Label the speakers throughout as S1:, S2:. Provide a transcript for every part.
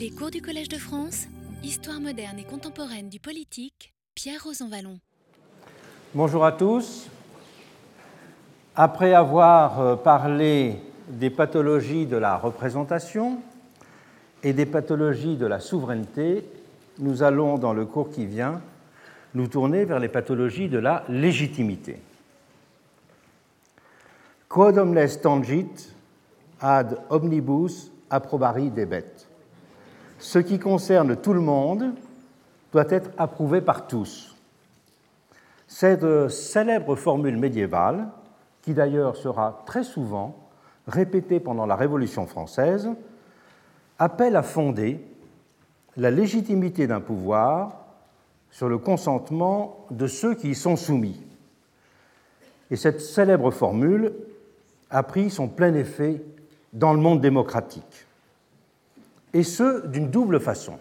S1: Les cours du Collège de France, Histoire moderne et contemporaine du politique, Pierre Rosanvallon.
S2: Bonjour à tous. Après avoir parlé des pathologies de la représentation et des pathologies de la souveraineté, nous allons, dans le cours qui vient, nous tourner vers les pathologies de la légitimité. Quod omnes tangit ad omnibus approbari debet. Ce qui concerne tout le monde doit être approuvé par tous. Cette célèbre formule médiévale, qui d'ailleurs sera très souvent répétée pendant la Révolution française, appelle à fonder la légitimité d'un pouvoir sur le consentement de ceux qui y sont soumis. Et cette célèbre formule a pris son plein effet dans le monde démocratique. Et ce, d'une double façon.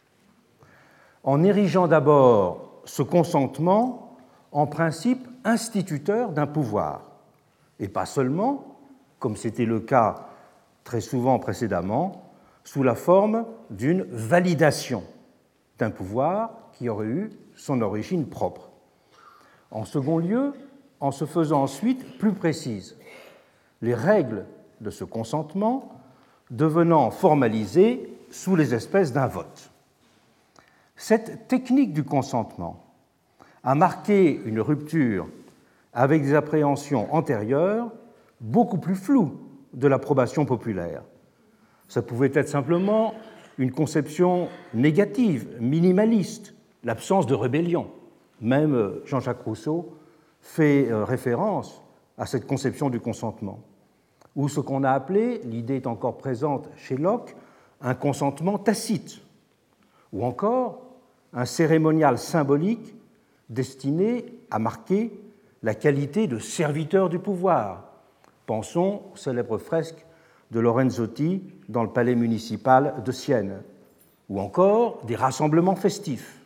S2: En érigeant d'abord ce consentement en principe instituteur d'un pouvoir, et pas seulement, comme c'était le cas très souvent précédemment, sous la forme d'une validation d'un pouvoir qui aurait eu son origine propre. En second lieu, en se faisant ensuite plus précise, les règles de ce consentement devenant formalisées sous les espèces d'un vote. Cette technique du consentement a marqué une rupture avec des appréhensions antérieures beaucoup plus floues de l'approbation populaire. Ça pouvait être simplement une conception négative, minimaliste, l'absence de rébellion. Même Jean-Jacques Rousseau fait référence à cette conception du consentement. Ou ce qu'on a appelé, l'idée est encore présente chez Locke, un consentement tacite, ou encore un cérémonial symbolique destiné à marquer la qualité de serviteur du pouvoir. Pensons aux célèbres fresques de Lorenzotti dans le palais municipal de Sienne, ou encore des rassemblements festifs.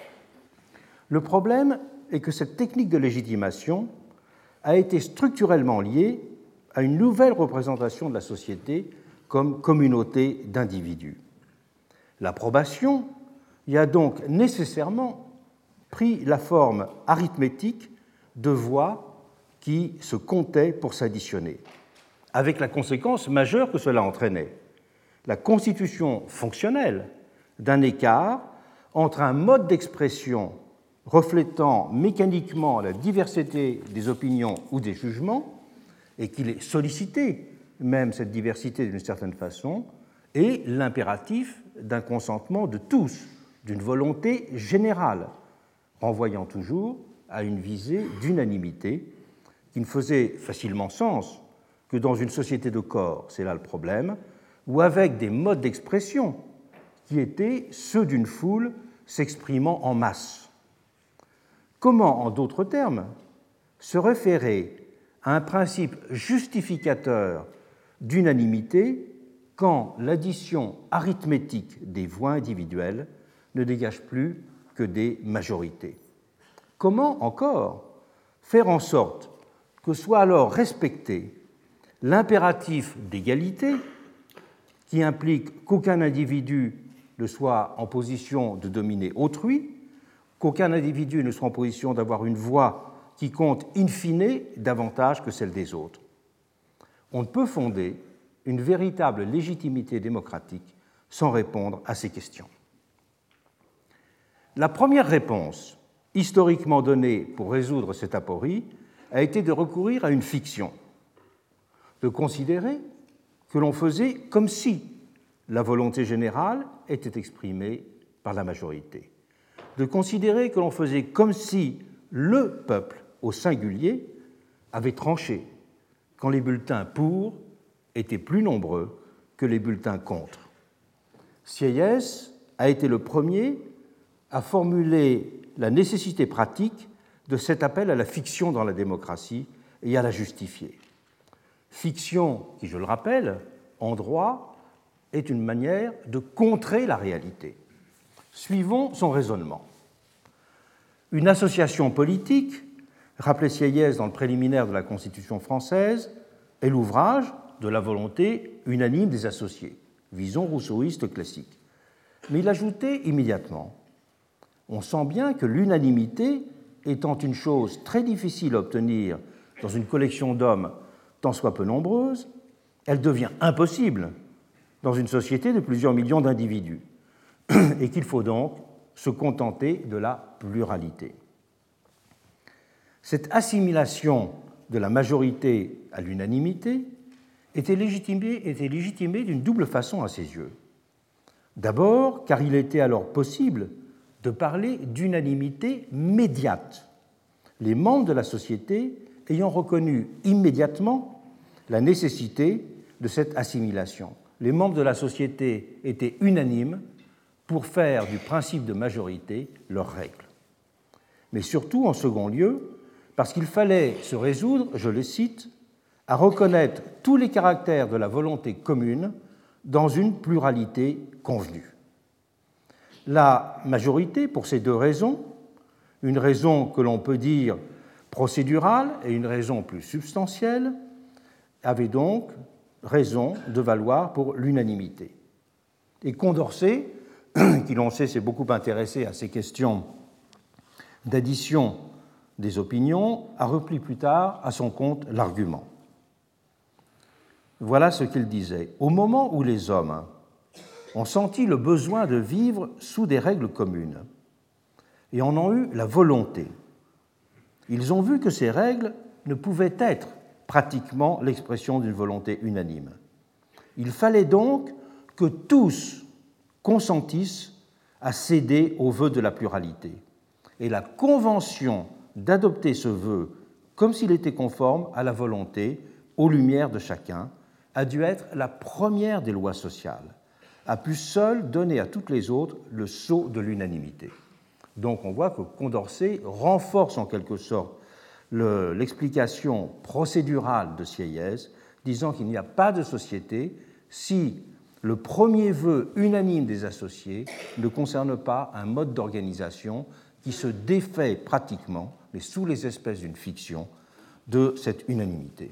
S2: Le problème est que cette technique de légitimation a été structurellement liée à une nouvelle représentation de la société comme communauté d'individus. L'approbation y a donc nécessairement pris la forme arithmétique de voix qui se comptaient pour s'additionner, avec la conséquence majeure que cela entraînait, la constitution fonctionnelle d'un écart entre un mode d'expression reflétant mécaniquement la diversité des opinions ou des jugements, et qu'il est sollicité, même cette diversité d'une certaine façon, et l'impératif d'un consentement de tous, d'une volonté générale, renvoyant toujours à une visée d'unanimité qui ne faisait facilement sens que dans une société de corps, c'est là le problème, ou avec des modes d'expression qui étaient ceux d'une foule s'exprimant en masse. Comment, en d'autres termes, se référer à un principe justificateur d'unanimité quand l'addition arithmétique des voix individuelles ne dégage plus que des majorités? Comment encore faire en sorte que soit alors respecté l'impératif d'égalité qui implique qu'aucun individu ne soit en position de dominer autrui, qu'aucun individu ne soit en position d'avoir une voix qui compte in fine davantage que celle des autres? On ne peut fonder une véritable légitimité démocratique sans répondre à ces questions. La première réponse historiquement donnée pour résoudre cette aporie a été de recourir à une fiction, de considérer que l'on faisait comme si la volonté générale était exprimée par la majorité, de considérer que l'on faisait comme si le peuple au singulier avait tranché quand les bulletins pour étaient plus nombreux que les bulletins contre. Sieyès a été le premier à formuler la nécessité pratique de cet appel à la fiction dans la démocratie et à la justifier. Fiction qui, je le rappelle, en droit, est une manière de contrer la réalité. Suivons son raisonnement. Une association politique, rappelait Sieyès dans le préliminaire de la Constitution française, est l'ouvrage de la volonté unanime des associés. Vision rousseauiste classique. Mais il ajoutait immédiatement: on sent bien que l'unanimité, étant une chose très difficile à obtenir dans une collection d'hommes tant soit peu nombreuse, elle devient impossible dans une société de plusieurs millions d'individus, et qu'il faut donc se contenter de la pluralité. Cette assimilation de la majorité à l'unanimité était légitimée d'une double façon à ses yeux. D'abord, car il était alors possible de parler d'unanimité médiate, les membres de la société ayant reconnu immédiatement la nécessité de cette assimilation. Les membres de la société étaient unanimes pour faire du principe de majorité leur règle. Mais surtout, en second lieu, parce qu'il fallait se résoudre, je le cite, à reconnaître tous les caractères de la volonté commune dans une pluralité convenue. La majorité, pour ces deux raisons, une raison que l'on peut dire procédurale et une raison plus substantielle, avait donc raison de valoir pour l'unanimité. Et Condorcet, qui l'on sait s'est beaucoup intéressé à ces questions d'addition des opinions, a repris plus tard à son compte l'argument. Voilà ce qu'il disait. Au moment où les hommes ont senti le besoin de vivre sous des règles communes et en ont eu la volonté, ils ont vu que ces règles ne pouvaient être pratiquement l'expression d'une volonté unanime. Il fallait donc que tous consentissent à céder au vœu de la pluralité. Et la convention d'adopter ce vœu comme s'il était conforme à la volonté, aux lumières de chacun, a dû être la première des lois sociales, a pu seule donner à toutes les autres le sceau de l'unanimité. Donc on voit que Condorcet renforce en quelque sorte l'explication procédurale de Sieyès, disant qu'il n'y a pas de société si le premier vœu unanime des associés ne concerne pas un mode d'organisation qui se défait pratiquement, mais sous les espèces d'une fiction, de cette unanimité.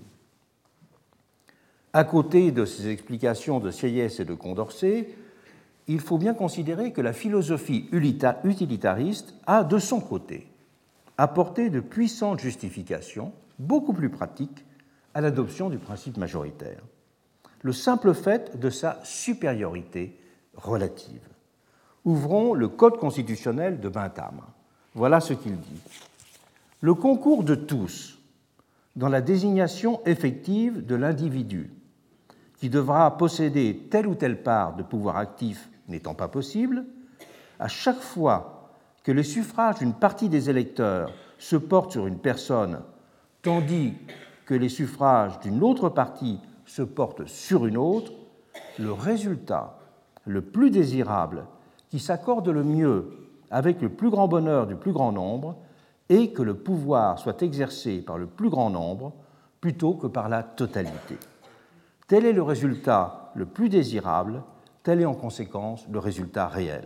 S2: À côté de ces explications de Sieyès et de Condorcet, il faut bien considérer que la philosophie utilitariste a, de son côté, apporté de puissantes justifications, beaucoup plus pratiques, à l'adoption du principe majoritaire. Le simple fait de sa supériorité relative. Ouvrons le Code constitutionnel de Bentham. Voilà ce qu'il dit. Le concours de tous dans la désignation effective de l'individu qui devra posséder telle ou telle part de pouvoir actif n'étant pas possible, à chaque fois que les suffrages d'une partie des électeurs se portent sur une personne, tandis que les suffrages d'une autre partie se portent sur une autre, le résultat le plus désirable, qui s'accorde le mieux avec le plus grand bonheur du plus grand nombre, est que le pouvoir soit exercé par le plus grand nombre plutôt que par la totalité. Tel est le résultat le plus désirable, tel est en conséquence le résultat réel.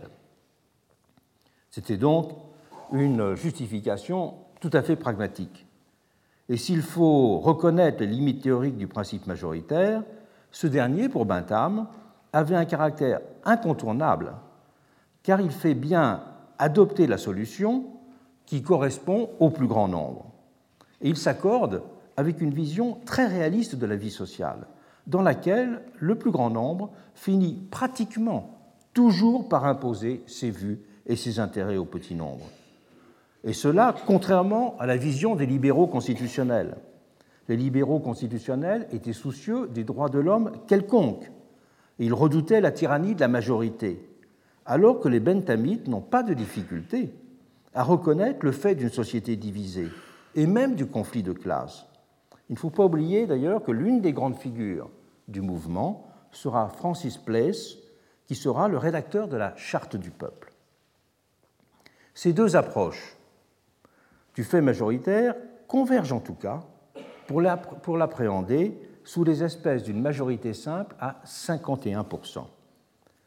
S2: C'était donc une justification tout à fait pragmatique. Et s'il faut reconnaître les limites théoriques du principe majoritaire, ce dernier, pour Bentham, avait un caractère incontournable, car il fait bien adopter la solution qui correspond au plus grand nombre. Et il s'accorde avec une vision très réaliste de la vie sociale, dans laquelle le plus grand nombre finit pratiquement toujours par imposer ses vues et ses intérêts au petit nombre. Et cela contrairement à la vision des libéraux constitutionnels. Les libéraux constitutionnels étaient soucieux des droits de l'homme quelconques, et ils redoutaient la tyrannie de la majorité, alors que les benthamites n'ont pas de difficulté à reconnaître le fait d'une société divisée, et même du conflit de classe. Il ne faut pas oublier d'ailleurs que l'une des grandes figures du mouvement sera Francis Place, qui sera le rédacteur de la Charte du peuple. Ces deux approches du fait majoritaire convergent en tout cas pour l'appréhender sous les espèces d'une majorité simple à 51%. Pourquoi ?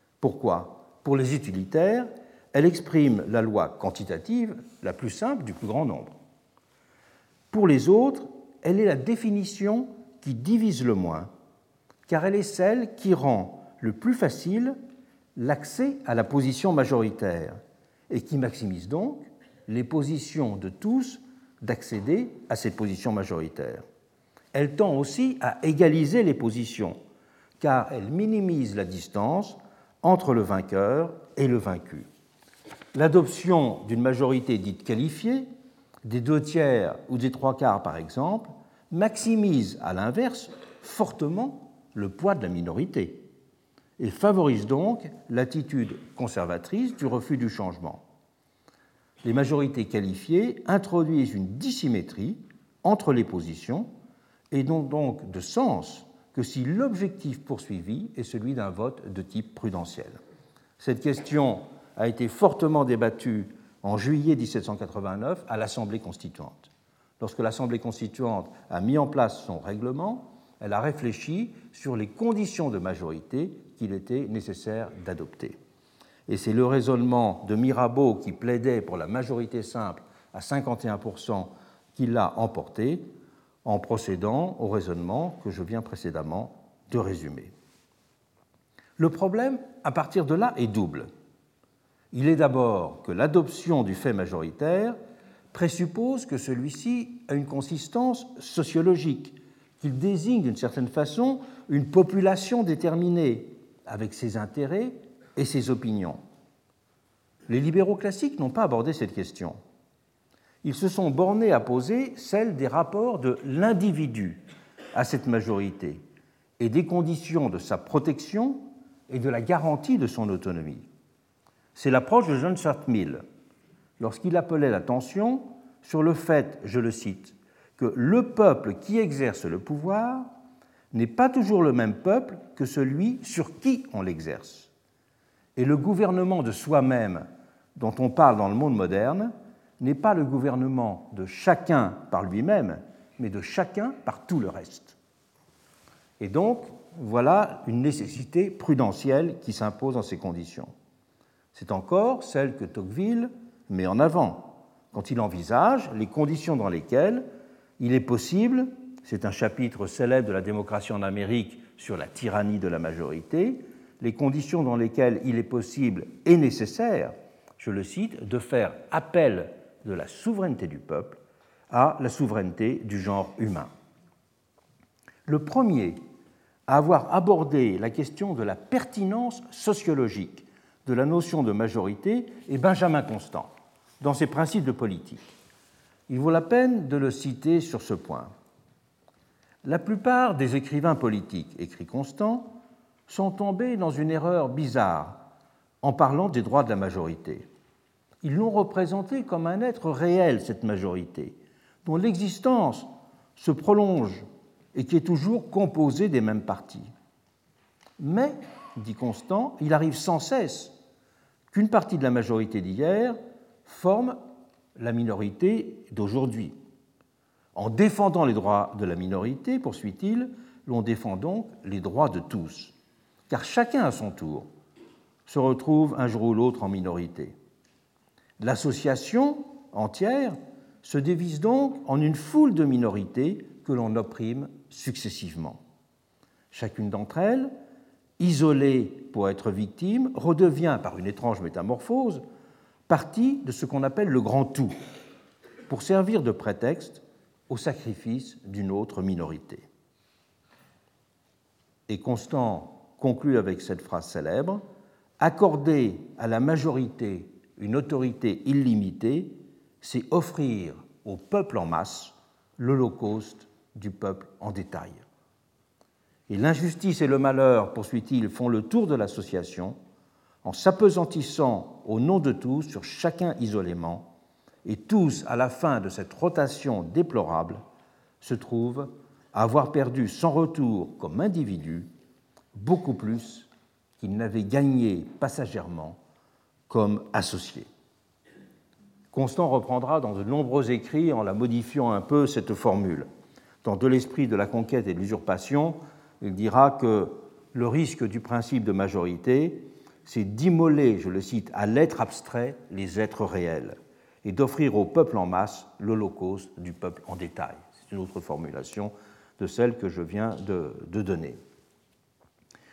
S2: Pour les utilitaires, elle exprime la loi quantitative la plus simple du plus grand nombre. Pour les autres, elle est la définition qui divise le moins, car elle est celle qui rend le plus facile l'accès à la position majoritaire et qui maximise donc les positions de tous d'accéder à cette position majoritaire. Elle tend aussi à égaliser les positions, car elle minimise la distance entre le vainqueur et le vaincu. L'adoption d'une majorité dite qualifiée, des 2/3 ou des 3/4 par exemple, maximise à l'inverse fortement le poids de la minorité et favorise donc l'attitude conservatrice du refus du changement. Les majorités qualifiées introduisent une dissymétrie entre les positions et n'ont donc de sens que si l'objectif poursuivi est celui d'un vote de type prudentiel. Cette question a été fortement débattue en juillet 1789 à l'Assemblée constituante. Lorsque l'Assemblée constituante a mis en place son règlement, elle a réfléchi sur les conditions de majorité qu'il était nécessaire d'adopter. Et c'est le raisonnement de Mirabeau qui plaidait pour la majorité simple à 51% qui l'a emporté en procédant au raisonnement que je viens précédemment de résumer. Le problème, à partir de là, est double. Il est d'abord que l'adoption du fait majoritaire présuppose que celui-ci a une consistance sociologique, qu'il désigne d'une certaine façon une population déterminée, avec ses intérêts et ses opinions. Les libéraux classiques n'ont pas abordé cette question. Ils se sont bornés à poser celle des rapports de l'individu à cette majorité et des conditions de sa protection et de la garantie de son autonomie. C'est l'approche de John Stuart Mill, lorsqu'il appelait l'attention sur le fait, je le cite, que le peuple qui exerce le pouvoir n'est pas toujours le même peuple que celui sur qui on l'exerce. Et le gouvernement de soi-même dont on parle dans le monde moderne n'est pas le gouvernement de chacun par lui-même, mais de chacun par tout le reste. Et donc, voilà une nécessité prudentielle qui s'impose dans ces conditions. C'est encore celle que Tocqueville met en avant quand il envisage les conditions dans lesquelles il est possible, c'est un chapitre célèbre de la démocratie en Amérique sur la tyrannie de la majorité, les conditions dans lesquelles il est possible et nécessaire, je le cite, de faire appel de la souveraineté du peuple à la souveraineté du genre humain. Le premier à avoir abordé la question de la pertinence sociologique de la notion de majorité est Benjamin Constant, dans ses principes de politique. Il vaut la peine de le citer sur ce point. La plupart des écrivains politiques, écrit Constant, sont tombés dans une erreur bizarre en parlant des droits de la majorité. Ils l'ont représenté comme un être réel, cette majorité, dont l'existence se prolonge et qui est toujours composée des mêmes partis. Mais, dit Constant, il arrive sans cesse qu'une partie de la majorité d'hier forme la minorité d'aujourd'hui. En défendant les droits de la minorité, poursuit-il, l'on défend donc les droits de tous, car chacun à son tour se retrouve un jour ou l'autre en minorité. L'association entière se divise donc en une foule de minorités que l'on opprime successivement. Chacune d'entre elles, isolée pour être victime, redevient, par une étrange métamorphose, partie de ce qu'on appelle le grand tout, pour servir de prétexte au sacrifice d'une autre minorité. Et Constant conclut avec cette phrase célèbre: « Accorder à la majorité une autorité illimitée, c'est offrir au peuple en masse l'holocauste du peuple en détail. » Et l'injustice et le malheur, poursuit-il, font le tour de l'association en s'apesantissant au nom de tous sur chacun isolément, et tous, à la fin de cette rotation déplorable, se trouvent à avoir perdu sans retour comme individus beaucoup plus qu'ils n'avaient gagné passagèrement comme associés. Constant reprendra dans de nombreux écrits, en la modifiant un peu, cette formule. Dans De l'esprit de la conquête et de l'usurpation, il dira que le risque du principe de majorité, c'est d'immoler, je le cite, à l'être abstrait les êtres réels et d'offrir au peuple en masse l'holocauste du peuple en détail. C'est une autre formulation de celle que je viens de donner.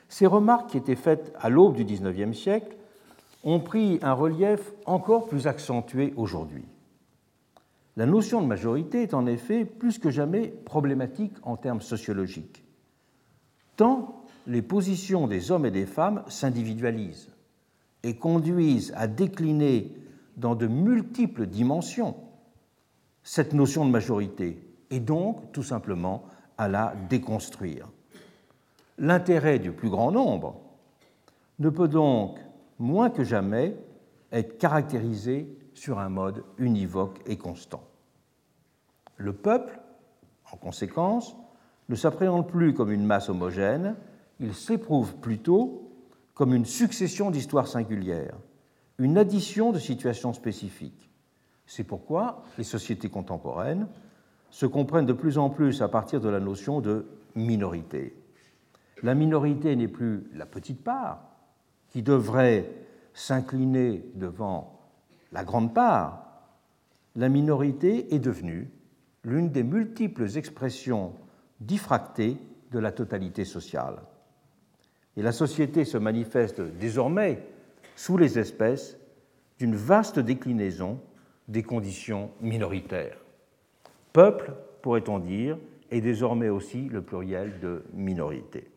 S2: Ces remarques qui étaient faites à l'aube du XIXe siècle ont pris un relief encore plus accentué aujourd'hui. La notion de majorité est en effet plus que jamais problématique en termes sociologiques, tant les positions des hommes et des femmes s'individualisent et conduisent à décliner dans de multiples dimensions cette notion de majorité et donc tout simplement à la déconstruire. L'intérêt du plus grand nombre ne peut donc moins que jamais être caractérisé sur un mode univoque et constant. Le peuple, en conséquence, ne s'appréhende plus comme une masse homogène, il s'éprouve plutôt comme une succession d'histoires singulières, une addition de situations spécifiques. C'est pourquoi les sociétés contemporaines se comprennent de plus en plus à partir de la notion de minorité. La minorité n'est plus la petite part qui devrait s'incliner devant la grande part. La minorité est devenue l'une des multiples expressions diffractées de la totalité sociale. Et la société se manifeste désormais sous les espèces d'une vaste déclinaison des conditions minoritaires. Peuple, pourrait-on dire, est désormais aussi le pluriel de minorité.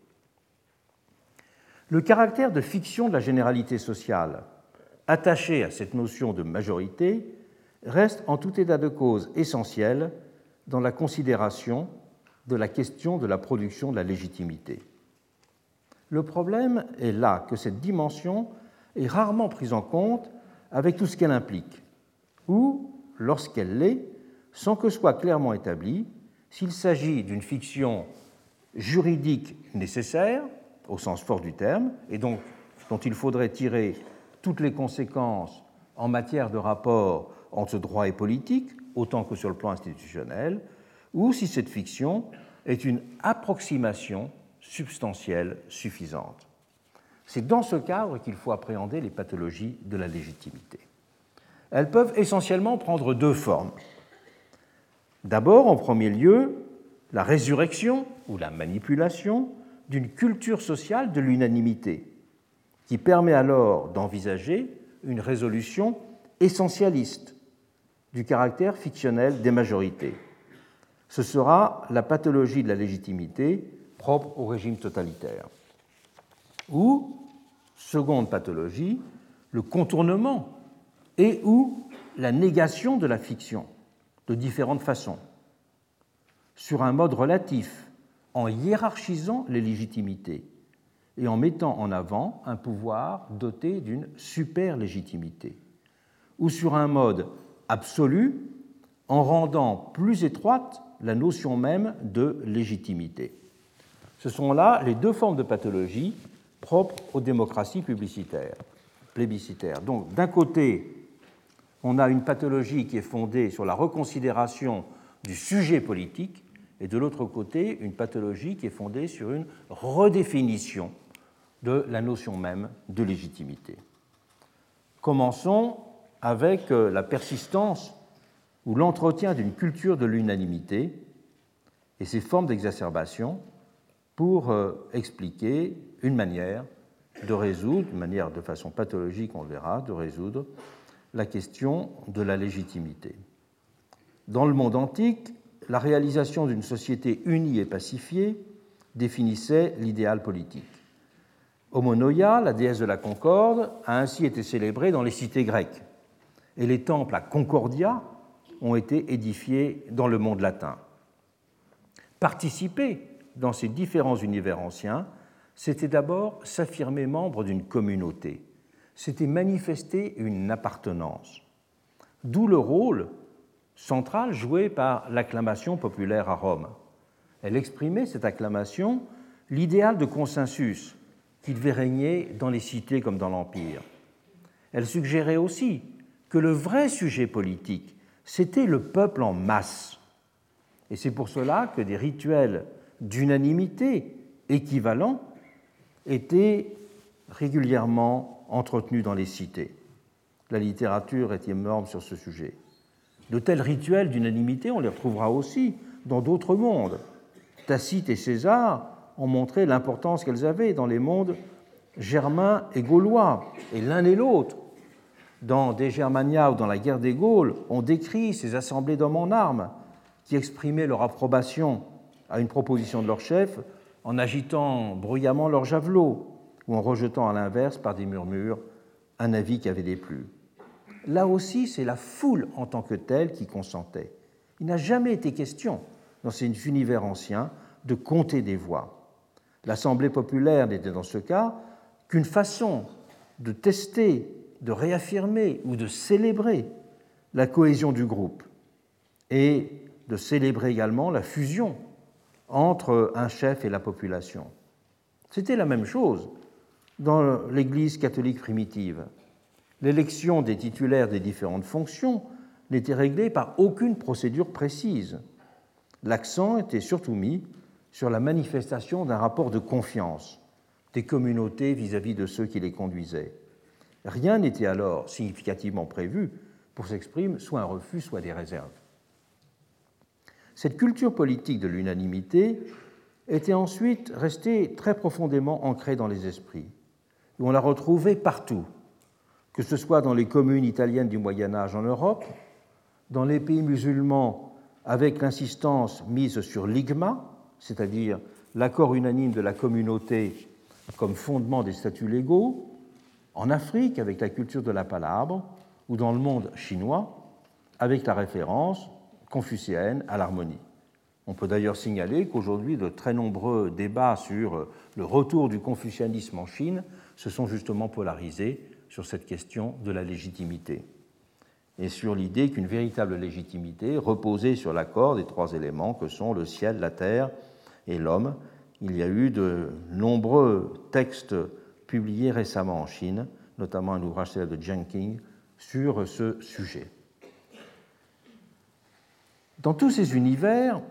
S2: Le caractère de fiction de la généralité sociale, attaché à cette notion de majorité, reste en tout état de cause essentiel dans la considération de la question de la production de la légitimité. Le problème est là que cette dimension est rarement prise en compte avec tout ce qu'elle implique, ou, lorsqu'elle l'est, sans que soit clairement établi s'il s'agit d'une fiction juridique nécessaire, au sens fort du terme, et donc dont il faudrait tirer toutes les conséquences en matière de rapport entre droit et politique, autant que sur le plan institutionnel, ou si cette fiction est une approximation substantielle suffisante. C'est dans ce cadre qu'il faut appréhender les pathologies de la légitimité. Elles peuvent essentiellement prendre deux formes. D'abord, en premier lieu, la résurrection ou la manipulation d'une culture sociale de l'unanimité, qui permet alors d'envisager une résolution essentialiste du caractère fictionnel des majorités. Ce sera la pathologie de la légitimité propre au régime totalitaire. Ou, seconde pathologie, le contournement et ou la négation de la fiction de différentes façons, sur un mode relatif, en hiérarchisant les légitimités et en mettant en avant un pouvoir doté d'une super-légitimité, ou sur un mode absolu, en rendant plus étroite la notion même de légitimité. Ce sont là les deux formes de pathologie propres aux démocraties plébiscitaires. Donc, d'un côté, on a une pathologie qui est fondée sur la reconsidération du sujet politique, et de l'autre côté, une pathologie qui est fondée sur une redéfinition de la notion même de légitimité. Commençons avec la persistance ou l'entretien d'une culture de l'unanimité et ses formes d'exacerbation pour expliquer une manière de résoudre, une manière de façon pathologique, on le verra, de résoudre la question de la légitimité. Dans le monde antique, la réalisation d'une société unie et pacifiée définissait l'idéal politique. Homonoia, la déesse de la concorde, a ainsi été célébrée dans les cités grecques, et les temples à Concordia ont été édifiés dans le monde latin. Participer dans ces différents univers anciens, c'était d'abord s'affirmer membre d'une communauté, c'était manifester une appartenance, d'où le rôle central joué par l'acclamation populaire à Rome. Elle exprimait, cette acclamation, l'idéal de consensus qui devait régner dans les cités comme dans l'Empire. Elle suggérait aussi que le vrai sujet politique, c'était le peuple en masse. Et c'est pour cela que des rituels d'unanimité équivalents étaient régulièrement entretenus dans les cités. La littérature est énorme sur ce sujet. De tels rituels d'unanimité, on les retrouvera aussi dans d'autres mondes. Tacite et César ont montré l'importance qu'elles avaient dans les mondes germains et gaulois. Et l'un et l'autre, dans De Germania ou dans la guerre des Gaules, ont décrit ces assemblées d'hommes en armes qui exprimaient leur approbation à une proposition de leur chef en agitant bruyamment leur javelot ou en rejetant à l'inverse par des murmures un avis qui avait déplu. Là aussi, c'est la foule en tant que telle qui consentait. Il n'a jamais été question, dans ces univers anciens, de compter des voix. L'Assemblée populaire n'était dans ce cas qu'une façon de tester, de réaffirmer ou de célébrer la cohésion du groupe et de célébrer également la fusion entre un chef et la population. C'était la même chose dans l'Église catholique primitive. L'élection des titulaires des différentes fonctions n'était réglée par aucune procédure précise. L'accent était surtout mis sur la manifestation d'un rapport de confiance des communautés vis-à-vis de ceux qui les conduisaient. Rien n'était alors significativement prévu pour s'exprimer soit un refus, soit des réserves. Cette culture politique de l'unanimité était ensuite restée très profondément ancrée dans les esprits. Et on la retrouvait partout, que ce soit dans les communes italiennes du Moyen Âge en Europe, dans les pays musulmans avec l'insistance mise sur l'ijma, c'est-à-dire l'accord unanime de la communauté comme fondement des statuts légaux, en Afrique avec la culture de la palabre, ou dans le monde chinois avec la référence confucéenne à l'harmonie. On peut d'ailleurs signaler qu'aujourd'hui, de très nombreux débats sur le retour du confucianisme en Chine se sont justement polarisés sur cette question de la légitimité et sur l'idée qu'une véritable légitimité reposait sur l'accord des trois éléments que sont le ciel, la terre et l'homme. Il y a eu de nombreux textes publiés récemment en Chine, notamment un ouvrage célèbre de Jiang Qing sur ce sujet. Dans tous ces univers,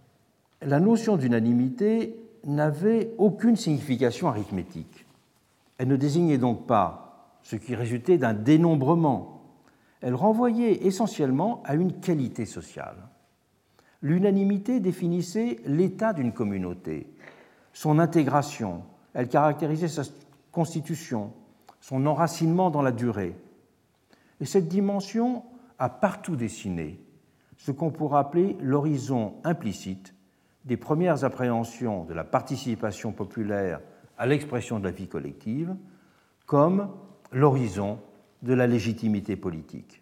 S2: la notion d'unanimité n'avait aucune signification arithmétique. Elle ne désignait donc pas ce qui résultait d'un dénombrement. Elle renvoyait essentiellement à une qualité sociale. L'unanimité définissait l'état d'une communauté, son intégration, elle caractérisait sa constitution, son enracinement dans la durée. Et cette dimension a partout dessiné ce qu'on pourrait appeler l'horizon implicite des premières appréhensions de la participation populaire à l'expression de la vie collective, comme l'horizon de la légitimité politique.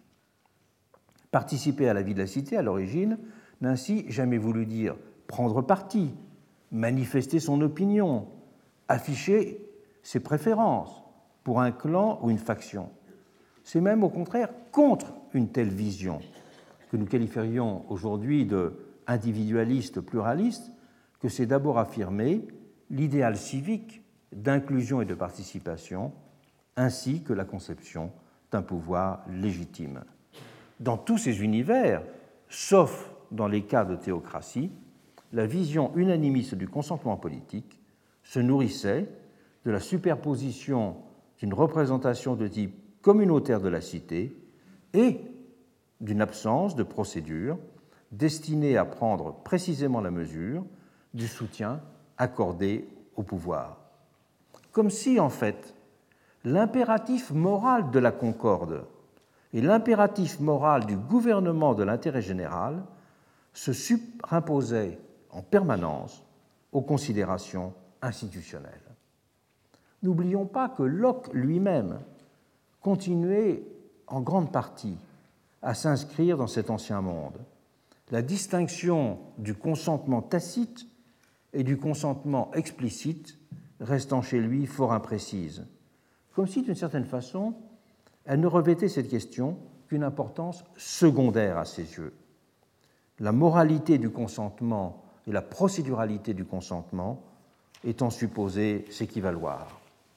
S2: Participer à la vie de la cité, à l'origine, n'a ainsi jamais voulu dire prendre parti, manifester son opinion, afficher ses préférences pour un clan ou une faction. C'est même au contraire contre une telle vision, que nous qualifierions aujourd'hui de individualiste pluraliste, que c'est d'abord affirmer l'idéal civique d'inclusion et de participation, ainsi que la conception d'un pouvoir légitime. Dans tous ces univers, sauf dans les cas de théocratie, la vision unanimiste du consentement politique se nourrissait de la superposition d'une représentation de type communautaire de la cité et d'une absence de procédure destinée à prendre précisément la mesure du soutien accordé au pouvoir. Comme si, en fait, l'impératif moral de la concorde et l'impératif moral du gouvernement de l'intérêt général se superimposaient en permanence aux considérations institutionnelles. N'oublions pas que Locke lui-même continuait en grande partie à s'inscrire dans cet ancien monde. La distinction du consentement tacite et du consentement explicite restant chez lui fort imprécise, comme si, d'une certaine façon, elle ne revêtait cette question qu'une importance secondaire à ses yeux. La moralité du consentement et la procéduralité du consentement étant supposées s'équivaloir.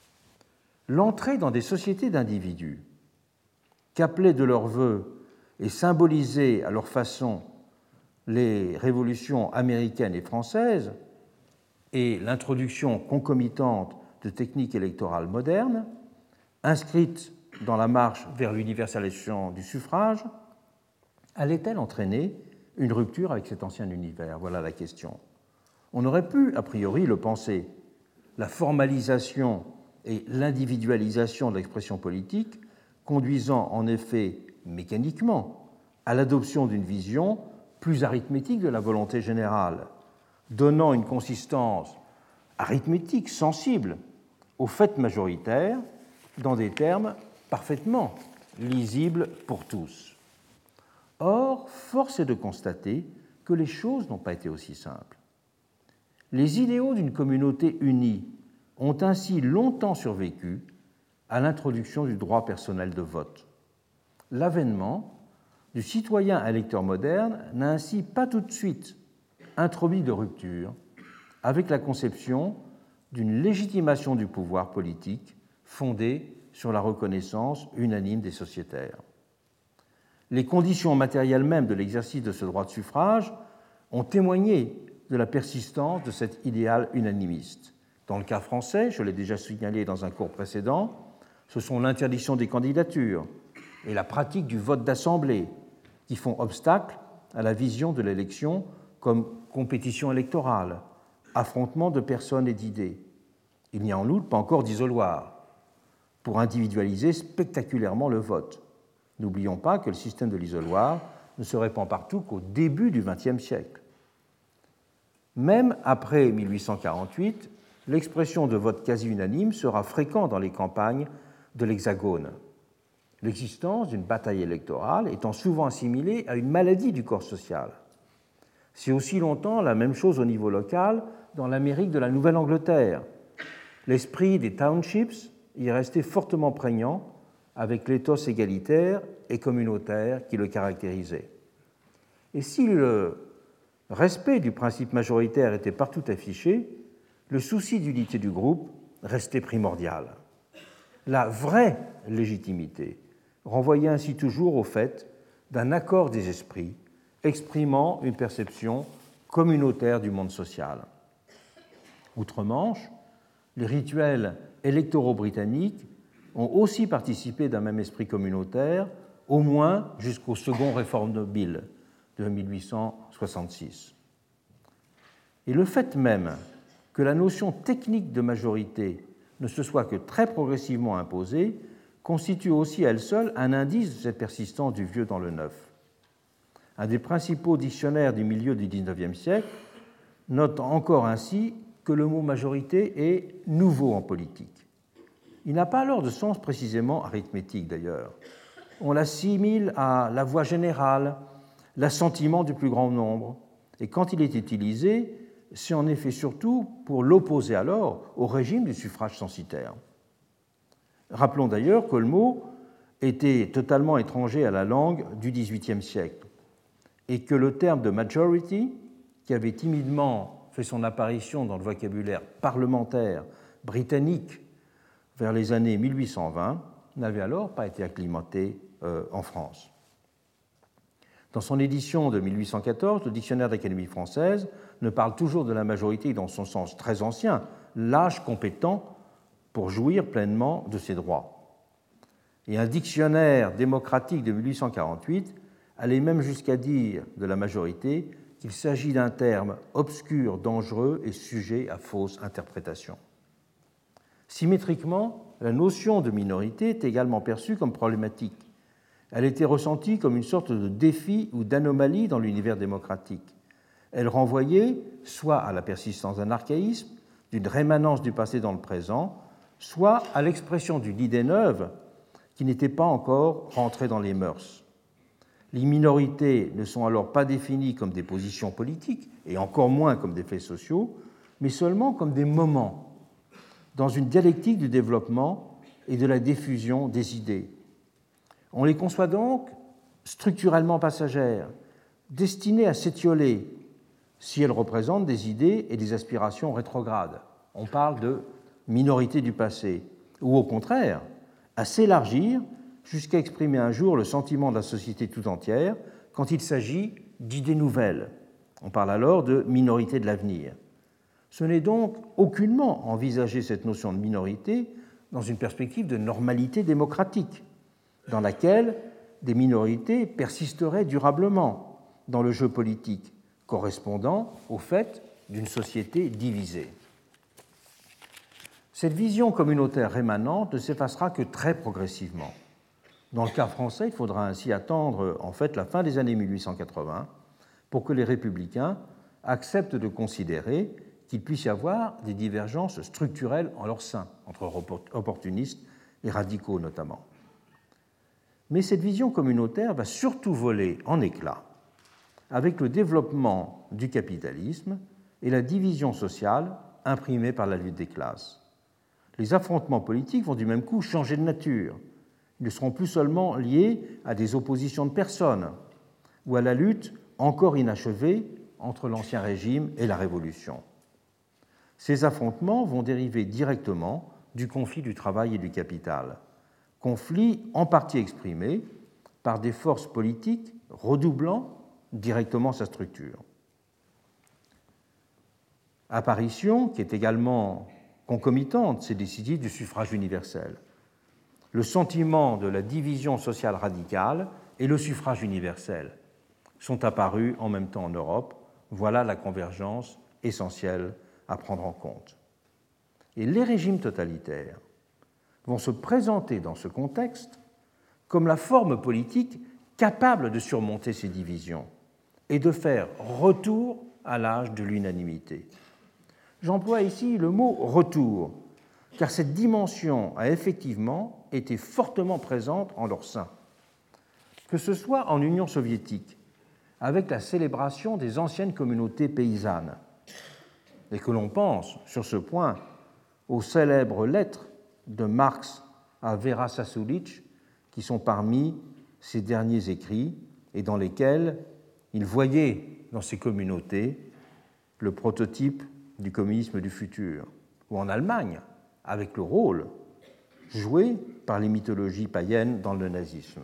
S2: L'entrée dans des sociétés d'individus qu'appelaient de leurs vœux et symbolisaient à leur façon les révolutions américaines et françaises et l'introduction concomitante de techniques électorales modernes, inscrites dans la marche vers l'universalisation du suffrage, allait-elle entraîner une rupture avec cet ancien univers? Voilà la question. On aurait pu, a priori, le penser. La formalisation et l'individualisation de l'expression politique conduisant en effet mécaniquement à l'adoption d'une vision plus arithmétique de la volonté générale, donnant une consistance arithmétique sensible au fait majoritaire dans des termes parfaitement lisibles pour tous. Or, force est de constater que les choses n'ont pas été aussi simples. Les idéaux d'une communauté unie ont ainsi longtemps survécu à l'introduction du droit personnel de vote. L'avènement du citoyen électeur moderne n'a ainsi pas tout de suite introduit de rupture avec la conception d'une légitimation du pouvoir politique fondée sur la reconnaissance unanime des sociétaires. Les conditions matérielles mêmes de l'exercice de ce droit de suffrage ont témoigné de la persistance de cet idéal unanimiste. Dans le cas français, je l'ai déjà signalé dans un cours précédent, ce sont l'interdiction des candidatures et la pratique du vote d'assemblée qui font obstacle à la vision de l'élection comme compétition électorale, affrontement de personnes et d'idées. Il n'y a en outre pas encore d'isoloir pour individualiser spectaculairement le vote. N'oublions pas que le système de l'isoloir ne se répand partout qu'au début du XXe siècle. Même après 1848, l'expression de vote quasi unanime sera fréquente dans les campagnes de l'Hexagone, l'existence d'une bataille électorale étant souvent assimilée à une maladie du corps social. C'est aussi longtemps la même chose au niveau local dans l'Amérique de la Nouvelle-Angleterre. L'esprit des townships y est resté fortement prégnant avec l'éthos égalitaire et communautaire qui le caractérisait. Et si le respect du principe majoritaire était partout affiché, le souci d'unité du groupe restait primordial. La vraie légitimité renvoyait ainsi toujours au fait d'un accord des esprits exprimant une perception communautaire du monde social. Outre-Manche, les rituels électoraux britanniques ont aussi participé d'un même esprit communautaire, au moins jusqu'au second Reform Bill de 1866. Et le fait même que la notion technique de majorité ne se soit que très progressivement imposée constitue aussi à elle seule un indice de cette persistance du vieux dans le neuf. Un des principaux dictionnaires du milieu du XIXe siècle note encore ainsi que le mot majorité est nouveau en politique. Il n'a pas alors de sens précisément arithmétique d'ailleurs. On l'assimile à la voix générale, l'assentiment du plus grand nombre, et quand il est utilisé, c'est en effet surtout pour l'opposer alors au régime du suffrage censitaire. Rappelons d'ailleurs que le mot était totalement étranger à la langue du XVIIIe siècle et que le terme de majority, qui avait timidement fait son apparition dans le vocabulaire parlementaire britannique vers les années 1820, n'avait alors pas été acclimaté en France. Dans son édition de 1814, le dictionnaire d'Académie française ne parle toujours de la majorité dans son sens très ancien, l'âge compétent pour jouir pleinement de ses droits. Et un dictionnaire démocratique de 1848 allait même jusqu'à dire de la majorité qu'il s'agit d'un terme obscur, dangereux et sujet à fausse interprétation. Symétriquement, la notion de minorité est également perçue comme problématique. Elle était ressentie comme une sorte de défi ou d'anomalie dans l'univers démocratique. Elle renvoyait soit à la persistance d'un archaïsme, d'une rémanence du passé dans le présent, soit à l'expression d'une idée neuve qui n'était pas encore rentrée dans les mœurs. Les minorités ne sont alors pas définies comme des positions politiques, et encore moins comme des faits sociaux, mais seulement comme des moments, dans une dialectique du développement et de la diffusion des idées. On les conçoit donc structurellement passagères, destinées à s'étioler si elles représentent des idées et des aspirations rétrogrades. On parle de minorité du passé, ou au contraire, à s'élargir jusqu'à exprimer un jour le sentiment de la société tout entière quand il s'agit d'idées nouvelles. On parle alors de minorité de l'avenir. Ce n'est donc aucunement envisager cette notion de minorité dans une perspective de normalité démocratique, dans laquelle des minorités persisteraient durablement dans le jeu politique, correspondant au fait d'une société divisée. Cette vision communautaire rémanente ne s'effacera que très progressivement. Dans le cas français, il faudra ainsi attendre en fait la fin des années 1880 pour que les républicains acceptent de considérer qu'il puisse y avoir des divergences structurelles en leur sein, entre opportunistes et radicaux notamment. Mais cette vision communautaire va surtout voler en éclats avec le développement du capitalisme et la division sociale imprimée par la lutte des classes. Les affrontements politiques vont du même coup changer de nature. Ils ne seront plus seulement liés à des oppositions de personnes ou à la lutte encore inachevée entre l'Ancien Régime et la Révolution. Ces affrontements vont dériver directement du conflit du travail et du capital, conflit en partie exprimé par des forces politiques redoublant directement sa structure. Apparition qui est également concomitante, c'est décisif, du suffrage universel. Le sentiment de la division sociale radicale et le suffrage universel sont apparus en même temps en Europe. Voilà la convergence essentielle à prendre en compte. Et les régimes totalitaires vont se présenter dans ce contexte comme la forme politique capable de surmonter ces divisions et de faire retour à l'âge de l'unanimité. J'emploie ici le mot « retour », car cette dimension a effectivement été fortement présente en leur sein. Que ce soit en Union soviétique, avec la célébration des anciennes communautés paysannes, et que l'on pense, sur ce point, aux célèbres lettres de Marx à Vera Sasulic, qui sont parmi ses derniers écrits, et dans lesquels il voyait dans ces communautés le prototype du communisme du futur, ou en Allemagne, avec le rôle joué par les mythologies païennes dans le nazisme.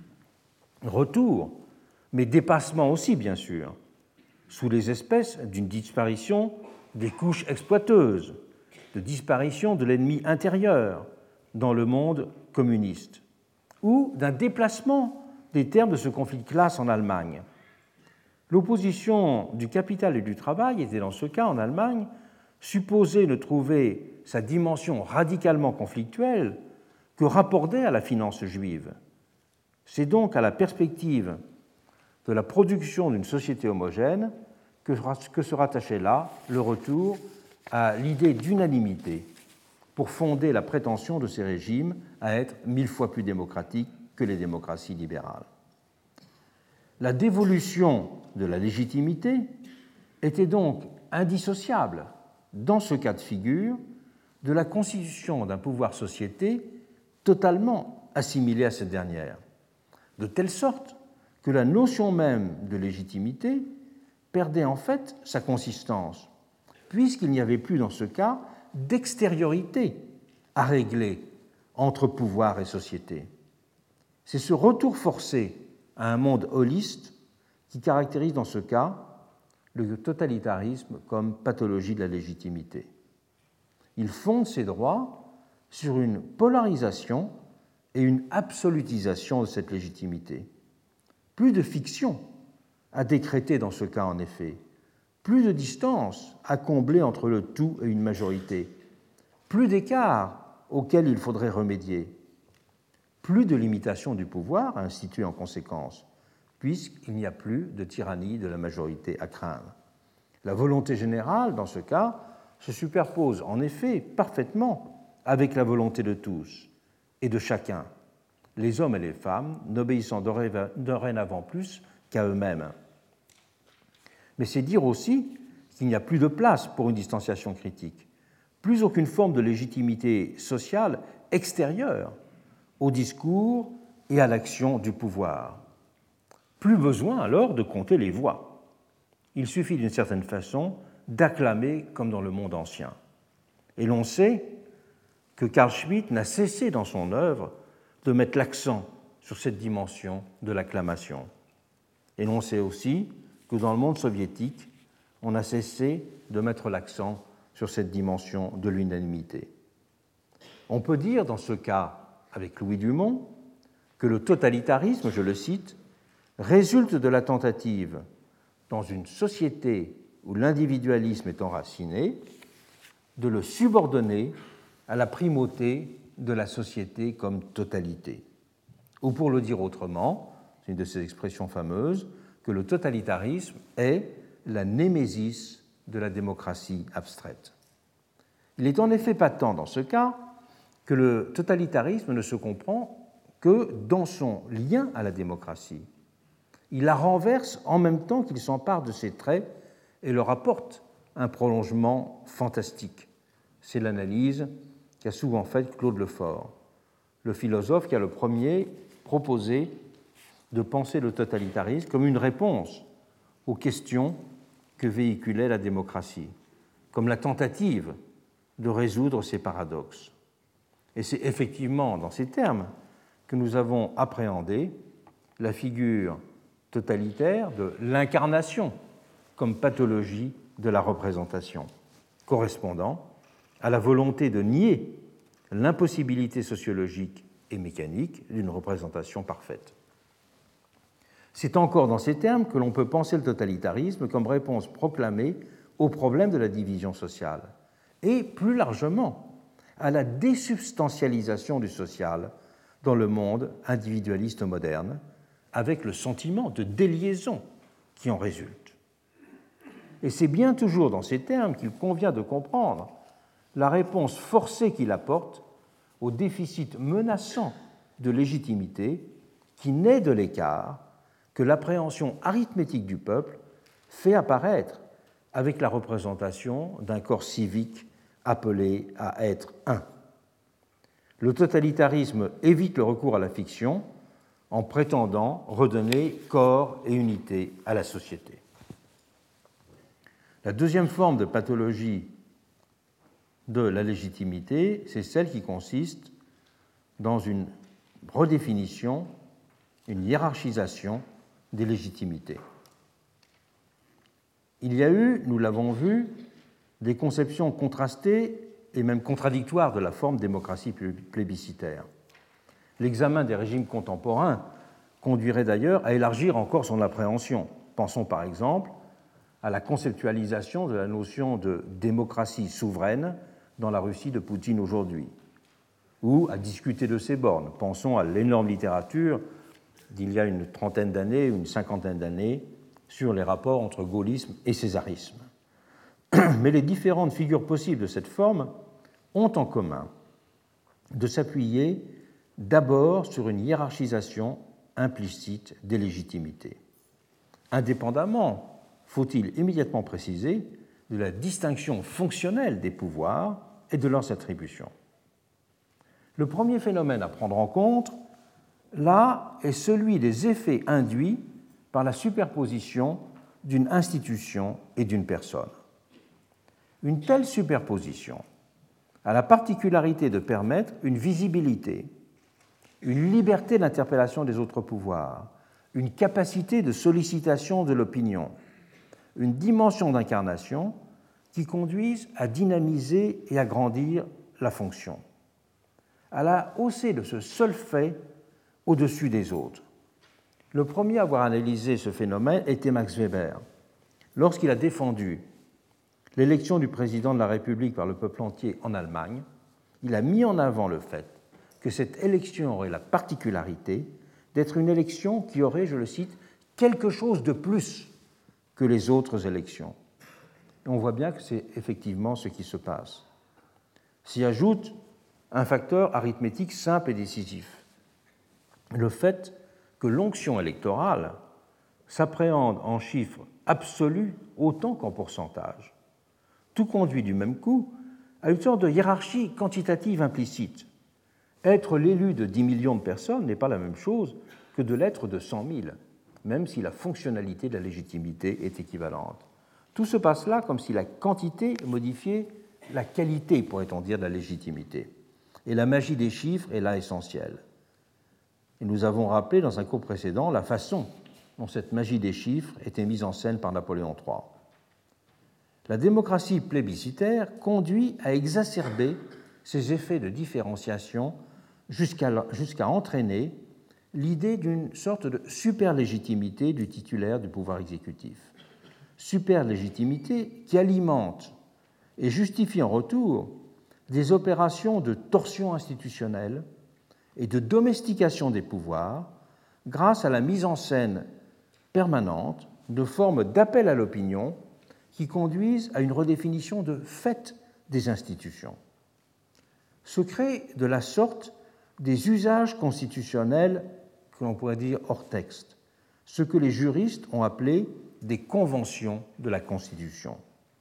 S2: Retour, mais dépassement aussi, bien sûr, sous les espèces d'une disparition des couches exploiteuses, de disparition de l'ennemi intérieur dans le monde communiste, ou d'un déplacement des termes de ce conflit de classe en Allemagne. L'opposition du capital et du travail était dans ce cas, en Allemagne, supposée ne trouver sa dimension radicalement conflictuelle que raccordée à la finance juive. C'est donc à la perspective de la production d'une société homogène que se rattachait là le retour à l'idée d'unanimité pour fonder la prétention de ces régimes à être 1000 fois plus démocratiques que les démocraties libérales. La dévolution de la légitimité était donc indissociable, dans ce cas de figure, de la constitution d'un pouvoir-société totalement assimilé à cette dernière, de telle sorte que la notion même de légitimité perdait en fait sa consistance, puisqu'il n'y avait plus dans ce cas d'extériorité à régler entre pouvoir et société. C'est ce retour forcé à un monde holiste qui caractérise dans ce cas le totalitarisme comme pathologie de la légitimité. Il fonde ses droits sur une polarisation et une absolutisation de cette légitimité. Plus de fiction à décréter dans ce cas, en effet, plus de distance à combler entre le tout et une majorité, plus d'écart auquel il faudrait remédier, plus de limitation du pouvoir à instituer en conséquence, puisqu'il n'y a plus de tyrannie de la majorité à craindre. La volonté générale, dans ce cas, se superpose en effet parfaitement avec la volonté de tous et de chacun, les hommes et les femmes n'obéissant dorénavant plus qu'à eux-mêmes. Mais c'est dire aussi qu'il n'y a plus de place pour une distanciation critique, plus aucune forme de légitimité sociale extérieure au discours et à l'action du pouvoir. Plus besoin alors de compter les voix. Il suffit d'une certaine façon d'acclamer comme dans le monde ancien. Et l'on sait que Carl Schmitt n'a cessé dans son œuvre de mettre l'accent sur cette dimension de l'acclamation. Et l'on sait aussi que dans le monde soviétique, on a cessé de mettre l'accent sur cette dimension de l'unanimité. On peut dire dans ce cas, avec Louis Dumont, que le totalitarisme, je le cite, résulte de la tentative, dans une société où l'individualisme est enraciné, de le subordonner à la primauté de la société comme totalité. Ou pour le dire autrement, c'est une de ces expressions fameuses, que le totalitarisme est la némésis de la démocratie abstraite. Il est en effet patent dans ce cas que le totalitarisme ne se comprend que dans son lien à la démocratie. Il la renverse en même temps qu'il s'empare de ses traits et leur apporte un prolongement fantastique. C'est l'analyse qu'a souvent faite Claude Lefort, le philosophe qui a le premier proposé de penser le totalitarisme comme une réponse aux questions que véhiculait la démocratie, comme la tentative de résoudre ces paradoxes. Et c'est effectivement dans ces termes que nous avons appréhendé la figure totalitaire de l'incarnation comme pathologie de la représentation, correspondant à la volonté de nier l'impossibilité sociologique et mécanique d'une représentation parfaite. C'est encore dans ces termes que l'on peut penser le totalitarisme comme réponse proclamée au problème de la division sociale et, plus largement, à la désubstantialisation du social dans le monde individualiste moderne, avec le sentiment de déliaison qui en résulte. Et c'est bien toujours dans ces termes qu'il convient de comprendre la réponse forcée qu'il apporte au déficit menaçant de légitimité qui naît de l'écart que l'appréhension arithmétique du peuple fait apparaître avec la représentation d'un corps civique appelé à être un. Le totalitarisme évite le recours à la fiction en prétendant redonner corps et unité à la société. La deuxième forme de pathologie de la légitimité, c'est celle qui consiste dans une redéfinition, une hiérarchisation des légitimités. Il y a eu, nous l'avons vu, des conceptions contrastées et même contradictoires de la forme démocratie plébiscitaire. L'examen des régimes contemporains conduirait d'ailleurs à élargir encore son appréhension. Pensons par exemple à la conceptualisation de la notion de démocratie souveraine dans la Russie de Poutine aujourd'hui, ou à discuter de ses bornes. Pensons à l'énorme littérature d'il y a une trentaine d'années ou une cinquantaine d'années sur les rapports entre gaullisme et césarisme. Mais les différentes figures possibles de cette forme ont en commun de s'appuyer d'abord sur une hiérarchisation implicite des légitimités. Indépendamment, faut-il immédiatement préciser, de la distinction fonctionnelle des pouvoirs et de leurs attributions. Le premier phénomène à prendre en compte, là, est celui des effets induits par la superposition d'une institution et d'une personne. Une telle superposition a la particularité de permettre une visibilité, une liberté d'interpellation des autres pouvoirs, une capacité de sollicitation de l'opinion, une dimension d'incarnation qui conduisent à dynamiser et à grandir la fonction, à la hausser de ce seul fait au-dessus des autres. Le premier à avoir analysé ce phénomène était Max Weber, lorsqu'il a défendu l'élection du président de la République par le peuple entier en Allemagne. Il a mis en avant le fait que cette élection aurait la particularité d'être une élection qui aurait, je le cite, quelque chose de plus que les autres élections. Et on voit bien que c'est effectivement ce qui se passe. S'y ajoute un facteur arithmétique simple et décisif, le fait que l'onction électorale s'appréhende en chiffres absolus autant qu'en pourcentage. Tout conduit du même coup à une sorte de hiérarchie quantitative implicite. Être l'élu de 10 millions de personnes n'est pas la même chose que de l'être de 100 000, même si la fonctionnalité de la légitimité est équivalente. Tout se passe là comme si la quantité modifiait la qualité, pourrait-on dire, de la légitimité. Et la magie des chiffres est là essentielle. Et nous avons rappelé dans un cours précédent la façon dont cette magie des chiffres était mise en scène par Napoléon III. La démocratie plébiscitaire conduit à exacerber ces effets de différenciation jusqu'à entraîner l'idée d'une sorte de superlégitimité du titulaire du pouvoir exécutif. super légitimité qui alimente et justifie en retour des opérations de torsion institutionnelle et de domestication des pouvoirs grâce à la mise en scène permanente de formes d'appel à l'opinion qui conduisent à une redéfinition de fait des institutions. Se créent de la sorte des usages constitutionnels que l'on pourrait dire hors texte, ce que les juristes ont appelé des conventions de la Constitution.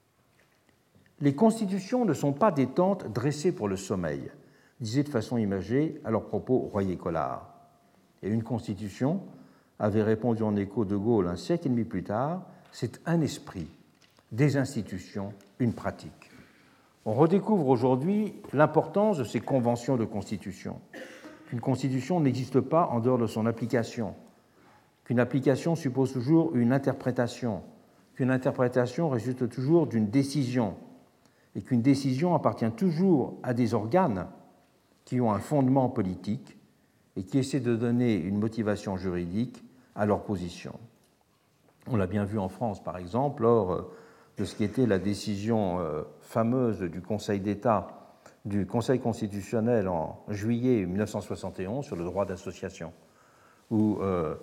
S2: Les constitutions ne sont pas des tentes dressées pour le sommeil, disait de façon imagée à leur propos Royer-Collard. Et une constitution, avait répondu en écho de Gaulle un siècle et demi plus tard, c'est un esprit, des institutions, une pratique. On redécouvre aujourd'hui l'importance de ces conventions de constitution. Une constitution n'existe pas en dehors de son application, qu'une application suppose toujours une interprétation, qu'une interprétation résulte toujours d'une décision, et qu'une décision appartient toujours à des organes qui ont un fondement politique et qui essaient de donner une motivation juridique à leur position. On l'a bien vu en France, par exemple, lors de ce qui était la décision fameuse du Conseil d'État, du Conseil constitutionnel en juillet 1971 sur le droit d'association, où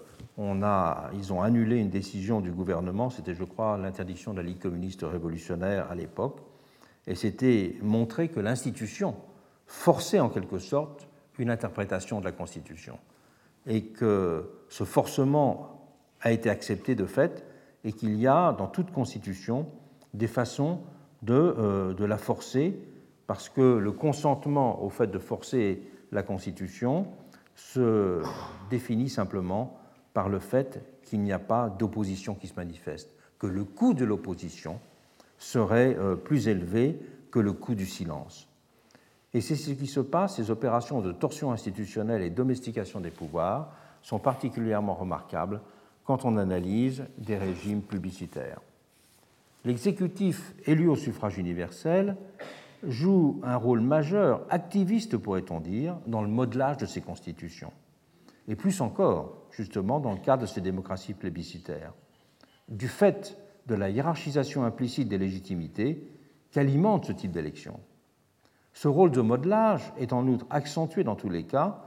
S2: ils ont annulé une décision du gouvernement, c'était, je crois, l'interdiction de la Ligue communiste révolutionnaire à l'époque, et c'était montrer que l'institution forçait en quelque sorte une interprétation de la Constitution, et que ce forcement a été accepté de fait, et qu'il y a dans toute Constitution des façons de la forcer, parce que le consentement au fait de forcer la Constitution se définit simplement par le fait qu'il n'y a pas d'opposition qui se manifeste, que le coût de l'opposition serait plus élevé que le coût du silence. Et c'est ce qui se passe, ces opérations de torsion institutionnelle et domestication des pouvoirs sont particulièrement remarquables quand on analyse des régimes publicitaires. L'exécutif élu au suffrage universel joue un rôle majeur, activiste pourrait-on dire, dans le modelage de ces constitutions. Et plus encore, justement, dans le cadre de ces démocraties plébiscitaires. Du fait de la hiérarchisation implicite des légitimités qu'alimente ce type d'élection. Ce rôle de modelage est en outre accentué dans tous les cas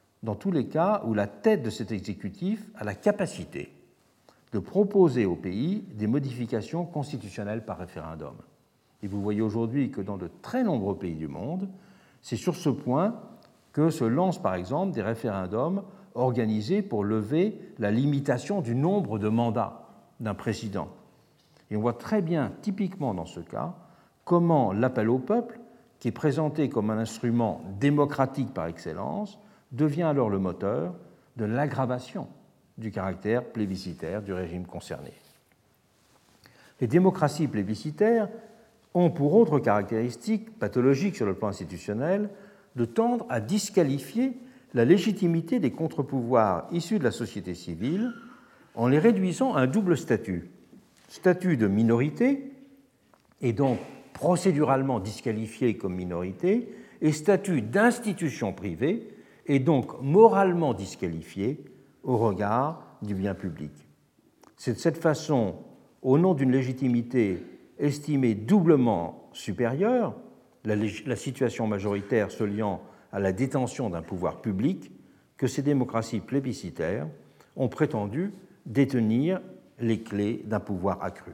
S2: où la tête de cet exécutif a la capacité de proposer au pays des modifications constitutionnelles par référendum. Et vous voyez aujourd'hui que dans de très nombreux pays du monde, c'est sur ce point que se lancent par exemple des référendums organisés pour lever la limitation du nombre de mandats d'un président. Et on voit très bien, typiquement dans ce cas, comment l'appel au peuple, qui est présenté comme un instrument démocratique par excellence, devient alors le moteur de l'aggravation du caractère plébiscitaire du régime concerné. Les démocraties plébiscitaires ont pour autre caractéristique pathologique sur le plan institutionnel de tendre à disqualifier la légitimité des contre-pouvoirs issus de la société civile en les réduisant à un double statut. Statut de minorité, et donc procéduralement disqualifié comme minorité, et statut d'institution privée, et donc moralement disqualifié au regard du bien public. C'est de cette façon, au nom d'une légitimité estimée doublement supérieure, la situation majoritaire se liant à la détention d'un pouvoir public, que ces démocraties plébiscitaires ont prétendu détenir les clés d'un pouvoir accru.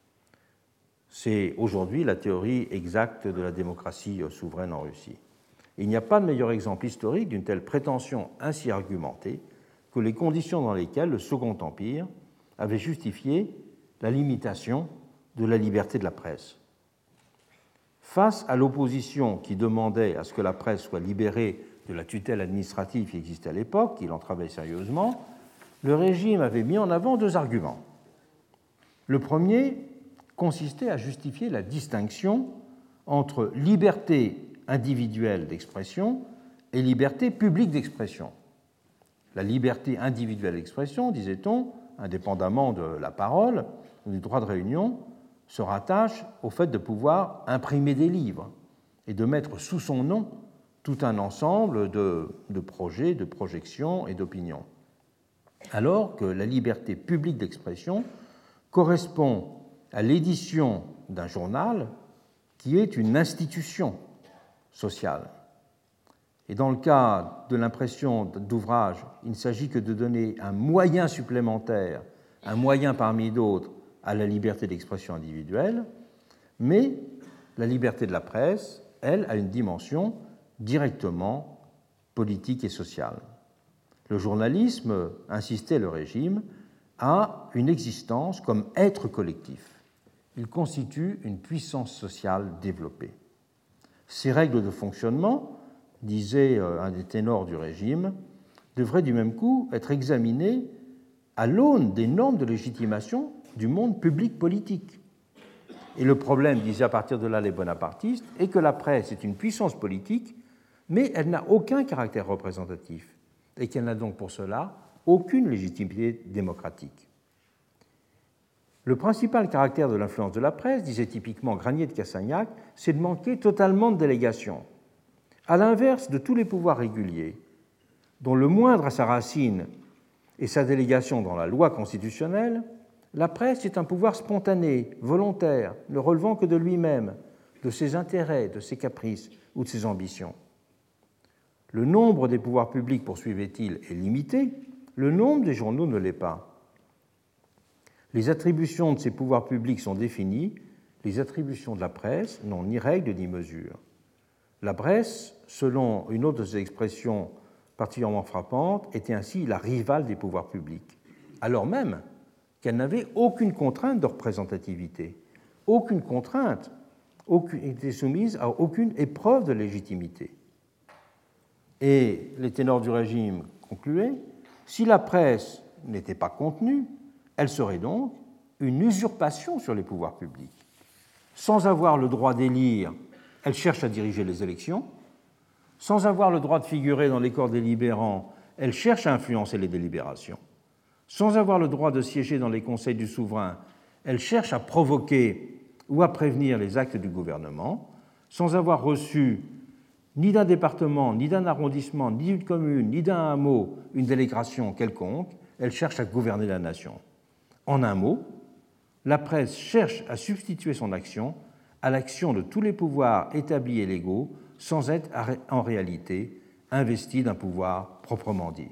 S2: C'est aujourd'hui la théorie exacte de la démocratie souveraine en Russie. Il n'y a pas de meilleur exemple historique d'une telle prétention ainsi argumentée que les conditions dans lesquelles le Second Empire avait justifié la limitation de la liberté de la presse. Face à l'opposition qui demandait à ce que la presse soit libérée de la tutelle administrative qui existait à l'époque, qui l'entravait sérieusement, le régime avait mis en avant deux arguments. Le premier consistait à justifier la distinction entre liberté individuelle d'expression et liberté publique d'expression. La liberté individuelle d'expression, disait-on, indépendamment de la parole ou du droit de réunion, se rattache au fait de pouvoir imprimer des livres et de mettre sous son nom tout un ensemble de projets, de projections et d'opinions. Alors que la liberté publique d'expression correspond à l'édition d'un journal qui est une institution sociale. Et dans le cas de l'impression d'ouvrages, il ne s'agit que de donner un moyen supplémentaire, un moyen parmi d'autres, à la liberté d'expression individuelle, mais la liberté de la presse, elle, a une dimension directement politique et sociale. Le journalisme, insistait le régime, a une existence comme être collectif. Il constitue une puissance sociale développée. Ces règles de fonctionnement, disait un des ténors du régime, devraient du même coup être examinées à l'aune des normes de légitimation du monde public politique. Et le problème, disaient à partir de là les bonapartistes, est que la presse est une puissance politique, mais elle n'a aucun caractère représentatif, et qu'elle n'a donc pour cela aucune légitimité démocratique. Le principal caractère de l'influence de la presse, disait typiquement Granier de Cassagnac, c'est de manquer totalement de délégation. À l'inverse de tous les pouvoirs réguliers, dont le moindre a sa racine et sa délégation dans la loi constitutionnelle, la presse est un pouvoir spontané, volontaire, ne relevant que de lui-même, de ses intérêts, de ses caprices ou de ses ambitions. Le nombre des pouvoirs publics, poursuivait-il, est limité, le nombre des journaux ne l'est pas. Les attributions de ces pouvoirs publics sont définies, les attributions de la presse n'ont ni règle ni mesure. La presse, selon une autre de ses expressions particulièrement frappante, était ainsi la rivale des pouvoirs publics, alors même qu'elle n'avait aucune contrainte de représentativité, aucune contrainte, était soumise à aucune épreuve de légitimité. Et les ténors du régime concluaient, si la presse n'était pas contenue, elle serait donc une usurpation sur les pouvoirs publics. Sans avoir le droit d'élire, elle cherche à diriger les élections. Sans avoir le droit de figurer dans les corps délibérants, elle cherche à influencer les délibérations. Sans avoir le droit de siéger dans les conseils du souverain, elle cherche à provoquer ou à prévenir les actes du gouvernement. Sans avoir reçu ni d'un département, ni d'un arrondissement, ni d'une commune, ni d'un hameau une délégation quelconque, elle cherche à gouverner la nation. En un mot, la presse cherche à substituer son action à l'action de tous les pouvoirs établis et légaux sans être en réalité investie d'un pouvoir proprement dit.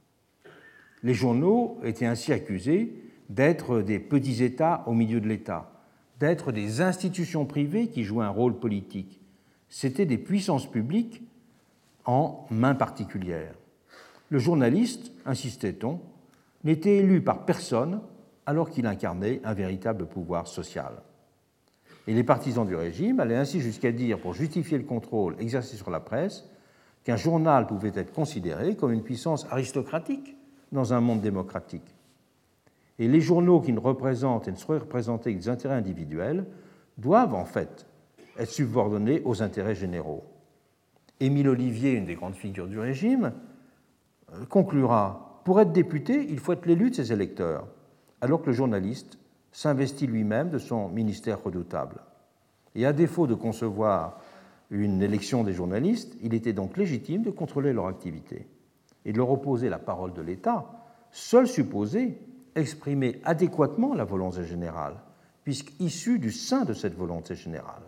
S2: Les journaux étaient ainsi accusés d'être des petits États au milieu de l'État, d'être des institutions privées qui jouaient un rôle politique. C'étaient des puissances publiques en main particulière. Le journaliste, insistait-on, n'était élu par personne alors qu'il incarnait un véritable pouvoir social. Et les partisans du régime allaient ainsi jusqu'à dire, pour justifier le contrôle exercé sur la presse, qu'un journal pouvait être considéré comme une puissance aristocratique dans un monde démocratique. Et les journaux qui ne représentent et ne seraient représentés que des intérêts individuels doivent en fait être subordonnés aux intérêts généraux. Émile Ollivier, une des grandes figures du régime, conclura « Pour être député, il faut être l'élu de ses électeurs », alors que le journaliste s'investit lui-même de son ministère redoutable. Et à défaut de concevoir une élection des journalistes, il était donc légitime de contrôler leur activité et de leur opposer la parole de l'État, seule supposée exprimer adéquatement la volonté générale, puisqu'issue du sein de cette volonté générale.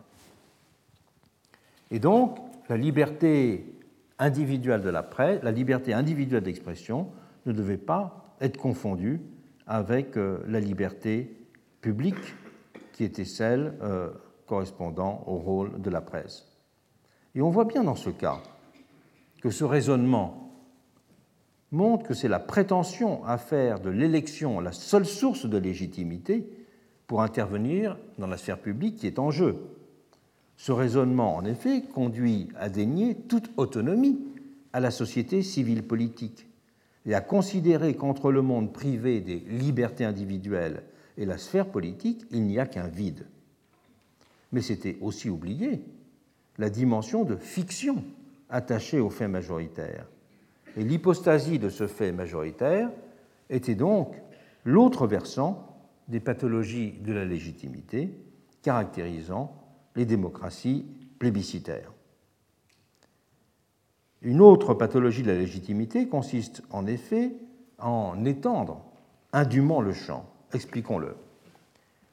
S2: Et donc, la liberté individuelle de la presse, la liberté individuelle d'expression ne devait pas être confondue avec la liberté publique qui était celle correspondant au rôle de la presse. Et on voit bien dans ce cas que ce raisonnement montre que c'est la prétention à faire de l'élection la seule source de légitimité pour intervenir dans la sphère publique qui est en jeu. Ce raisonnement, en effet, conduit à dénier toute autonomie à la société civile politique et à considérer qu'entre le monde privé des libertés individuelles et la sphère politique, il n'y a qu'un vide. Mais c'était aussi oublier la dimension de fiction attachée au fait majoritaire. Et l'hypostasie de ce fait majoritaire était donc l'autre versant des pathologies de la légitimité caractérisant les démocraties plébiscitaires. Une autre pathologie de la légitimité consiste en effet en étendre indûment le champ. Expliquons-le.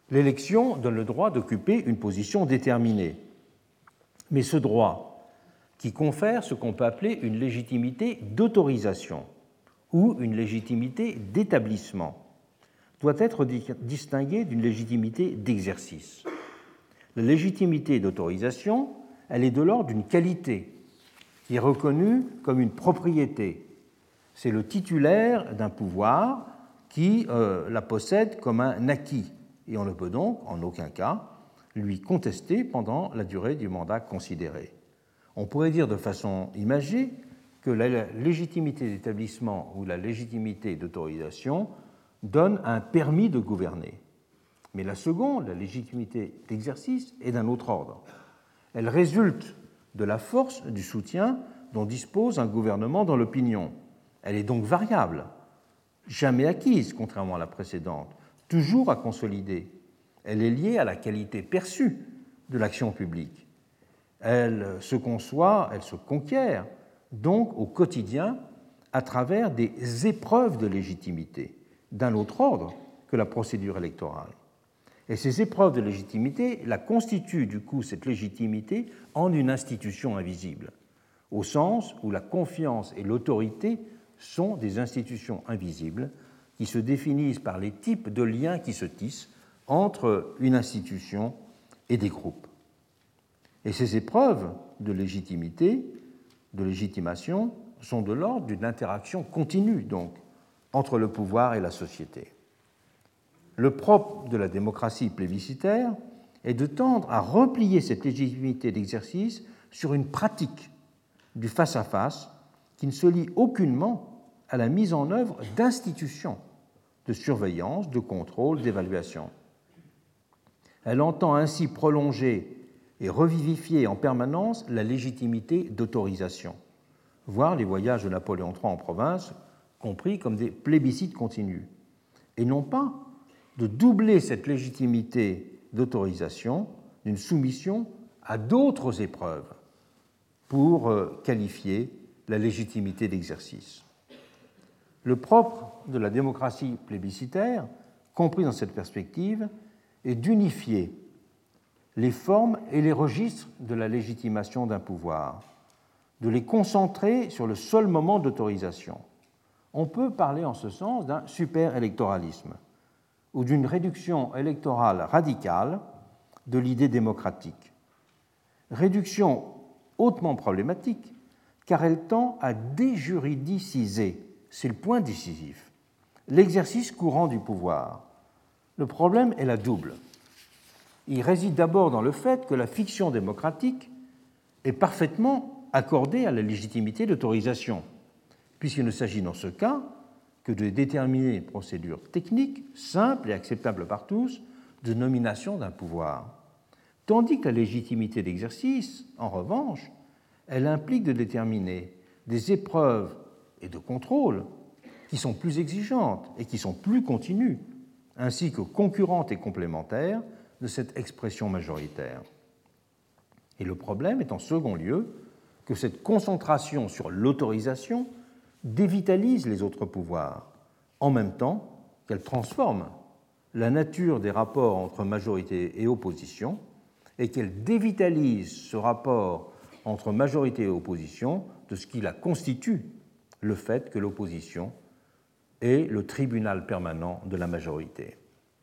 S2: L'élection donne le droit d'occuper une position déterminée. Mais ce droit, qui confère ce qu'on peut appeler une légitimité d'autorisation ou une légitimité d'établissement, doit être distingué d'une légitimité d'exercice. La légitimité d'autorisation, elle est de l'ordre d'une qualité qui est reconnue comme une propriété. C'est le titulaire d'un pouvoir qui la possède comme un acquis, et on ne peut donc, en aucun cas, lui contester pendant la durée du mandat considéré. On pourrait dire de façon imagée que la légitimité d'établissement ou la légitimité d'autorisation donne un permis de gouverner. Mais la seconde, la légitimité d'exercice, est d'un autre ordre. Elle résulte de la force du soutien dont dispose un gouvernement dans l'opinion. Elle est donc variable, jamais acquise, contrairement à la précédente, toujours à consolider. Elle est liée à la qualité perçue de l'action publique. Elle se conçoit, elle se conquiert, donc au quotidien, à travers des épreuves de légitimité, d'un autre ordre que la procédure électorale. Et ces épreuves de légitimité la constituent, du coup, cette légitimité, en une institution invisible, au sens où la confiance et l'autorité sont des institutions invisibles qui se définissent par les types de liens qui se tissent entre une institution et des groupes. Et ces épreuves de légitimité, de légitimation, sont de l'ordre d'une interaction continue, donc, entre le pouvoir et la société. Le propre de la démocratie plébiscitaire est de tendre à replier cette légitimité d'exercice sur une pratique du face-à-face qui ne se lie aucunement à la mise en œuvre d'institutions de surveillance, de contrôle, d'évaluation. Elle entend ainsi prolonger et revivifier en permanence la légitimité d'autorisation, voire les voyages de Napoléon III en province compris comme des plébiscites continus, et non pas de doubler cette légitimité d'autorisation d'une soumission à d'autres épreuves pour qualifier la légitimité d'exercice. Le propre de la démocratie plébiscitaire, compris dans cette perspective, est d'unifier les formes et les registres de la légitimation d'un pouvoir, de les concentrer sur le seul moment d'autorisation. On peut parler en ce sens d'un super-électoralisme ou d'une réduction électorale radicale de l'idée démocratique. Réduction hautement problématique car elle tend à déjuridiciser, c'est le point décisif, l'exercice courant du pouvoir. Le problème est la double. Il réside d'abord dans le fait que la fiction démocratique est parfaitement accordée à la légitimité d'autorisation, puisqu'il ne s'agit dans ce cas que de déterminer une procédure technique, simple et acceptable par tous, de nomination d'un pouvoir. Tandis que la légitimité d'exercice, en revanche, elle implique de déterminer des épreuves et de contrôle qui sont plus exigeantes et qui sont plus continues, ainsi que concurrentes et complémentaires de cette expression majoritaire. Et le problème est en second lieu que cette concentration sur l'autorisation dévitalise les autres pouvoirs, en même temps qu'elle transforme la nature des rapports entre majorité et opposition et qu'elle dévitalise ce rapport entre majorité et opposition de ce qui la constitue, le fait que l'opposition est le tribunal permanent de la majorité.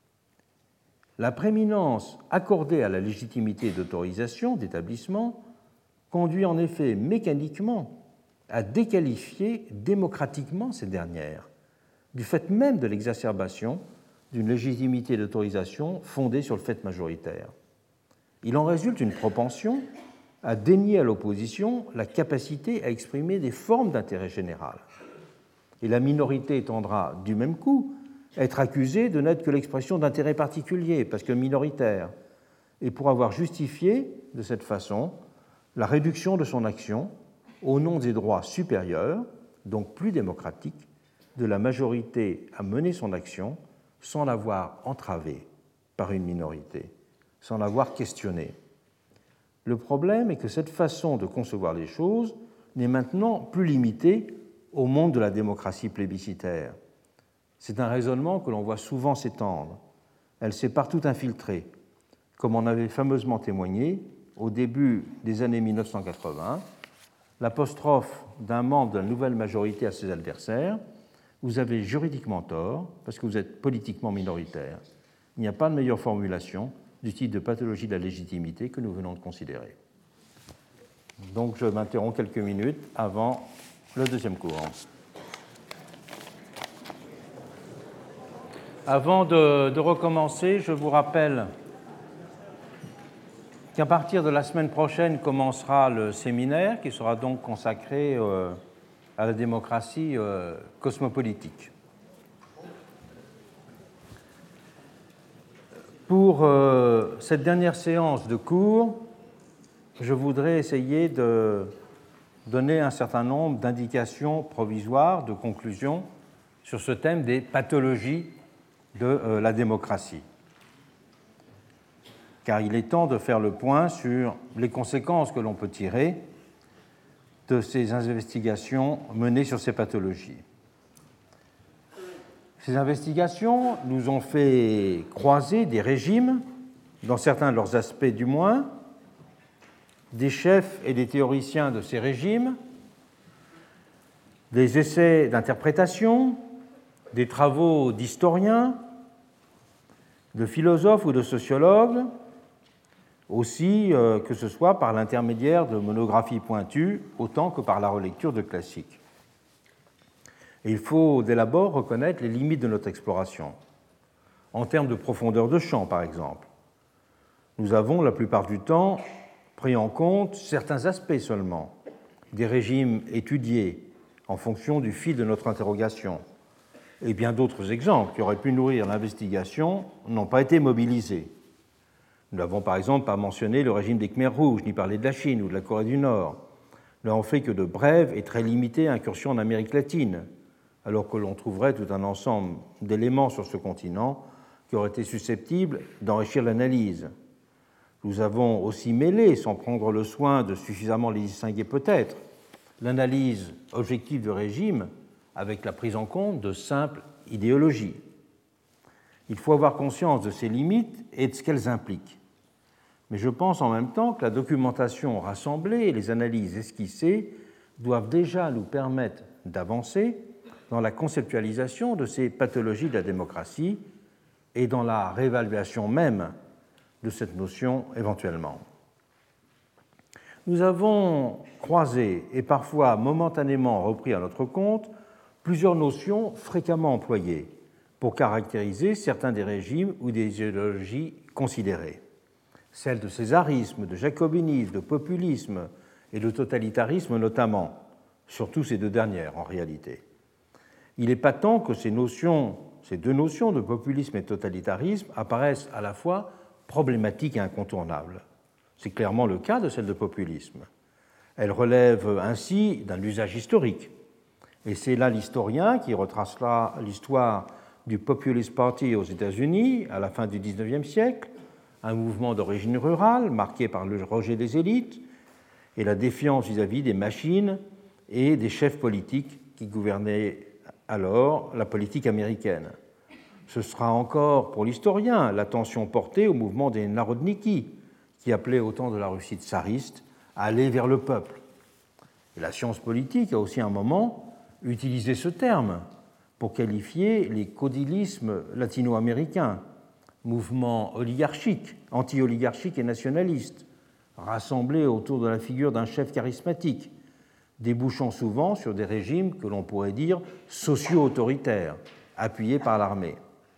S2: La prééminence accordée à la légitimité d'autorisation d'établissement conduit en effet mécaniquement à déqualifier démocratiquement ces dernières, du fait même de l'exacerbation d'une légitimité d'autorisation fondée sur le fait majoritaire. Il en résulte une propension à dénier à l'opposition la capacité à exprimer des formes d'intérêt général. Et la minorité tendra du même coup à être accusée de n'être que l'expression d'intérêts particuliers, parce que minoritaire, et pour avoir justifié de cette façon la réduction de son action au nom des droits supérieurs, donc plus démocratiques, de la majorité à mener son action sans l'avoir entravée par une minorité, sans l'avoir questionnée. Le problème est que cette façon de concevoir les choses n'est maintenant plus limitée au monde de la démocratie plébiscitaire. C'est un raisonnement que l'on voit souvent s'étendre. elle s'est partout infiltrée, comme on avait fameusement témoigné au début des années 1980, l'apostrophe d'un membre de la nouvelle majorité à ses adversaires: vous avez juridiquement tort parce que vous êtes politiquement minoritaire. Il n'y a pas de meilleure formulation du type de pathologie de la légitimité que nous venons de considérer. Donc je m'interromps quelques minutes avant le deuxième cours. Avant de recommencer, je vous rappelle qu'à partir de la semaine prochaine commencera le séminaire qui sera donc consacré à la démocratie cosmopolitique. Pour cette dernière séance de cours, je voudrais essayer de donner un certain nombre d'indications provisoires, de conclusions sur ce thème des pathologies de la démocratie. Car il est temps de faire le point sur les conséquences que l'on peut tirer de ces investigations menées sur ces pathologies. Ces investigations nous ont fait croiser des régimes, dans certains de leurs aspects du moins, des chefs et des théoriciens de ces régimes, des essais d'interprétation, des travaux d'historiens, de philosophes ou de sociologues, aussi que ce soit par l'intermédiaire de monographies pointues autant que par la relecture de classiques. Et il faut dès l'abord reconnaître les limites de notre exploration. En termes de profondeur de champ, par exemple, nous avons la plupart du temps pris en compte certains aspects seulement des régimes étudiés en fonction du fil de notre interrogation. Et bien d'autres exemples qui auraient pu nourrir l'investigation n'ont pas été mobilisés. Nous n'avons par exemple pas mentionné le régime des Khmers rouges, ni parlé de la Chine ou de la Corée du Nord. Nous n'avons fait que de brèves et très limitées incursions en Amérique latine, alors que l'on trouverait tout un ensemble d'éléments sur ce continent qui auraient été susceptibles d'enrichir l'analyse. Nous avons aussi mêlé, sans prendre le soin de suffisamment les distinguer peut-être, l'analyse objective du régime avec la prise en compte de simples idéologies. Il faut avoir conscience de ces limites et de ce qu'elles impliquent. Mais je pense en même temps que la documentation rassemblée et les analyses esquissées doivent déjà nous permettre d'avancer dans la conceptualisation de ces pathologies de la démocratie et dans la réévaluation même de cette notion éventuellement. Nous avons croisé et parfois momentanément repris à notre compte plusieurs notions fréquemment employées pour caractériser certains des régimes ou des idéologies considérées. Celles de césarisme, de jacobinisme, de populisme et de totalitarisme notamment, surtout ces deux dernières en réalité. Il est patent que ces deux notions de populisme et de totalitarisme apparaissent à la fois problématiques et incontournables. C'est clairement le cas de celle de populisme. Elle relève ainsi d'un usage historique. Et c'est là l'historien qui retracera l'histoire du Populist Party aux États-Unis à la fin du XIXe siècle, un mouvement d'origine rurale marqué par le rejet des élites et la défiance vis-à-vis des machines et des chefs politiques qui gouvernaient alors la politique américaine. Ce sera encore pour l'historien l'attention portée au mouvement des Narodniki, qui appelait au temps de la Russie tsariste à aller vers le peuple. Et la science politique a aussi à un moment utilisé ce terme pour qualifier les caudilismes latino-américains, mouvements oligarchiques, anti-oligarchiques et nationalistes, rassemblés autour de la figure d'un chef charismatique, débouchant souvent sur des régimes que l'on pourrait dire socio-autoritaires, appuyés par l'armée.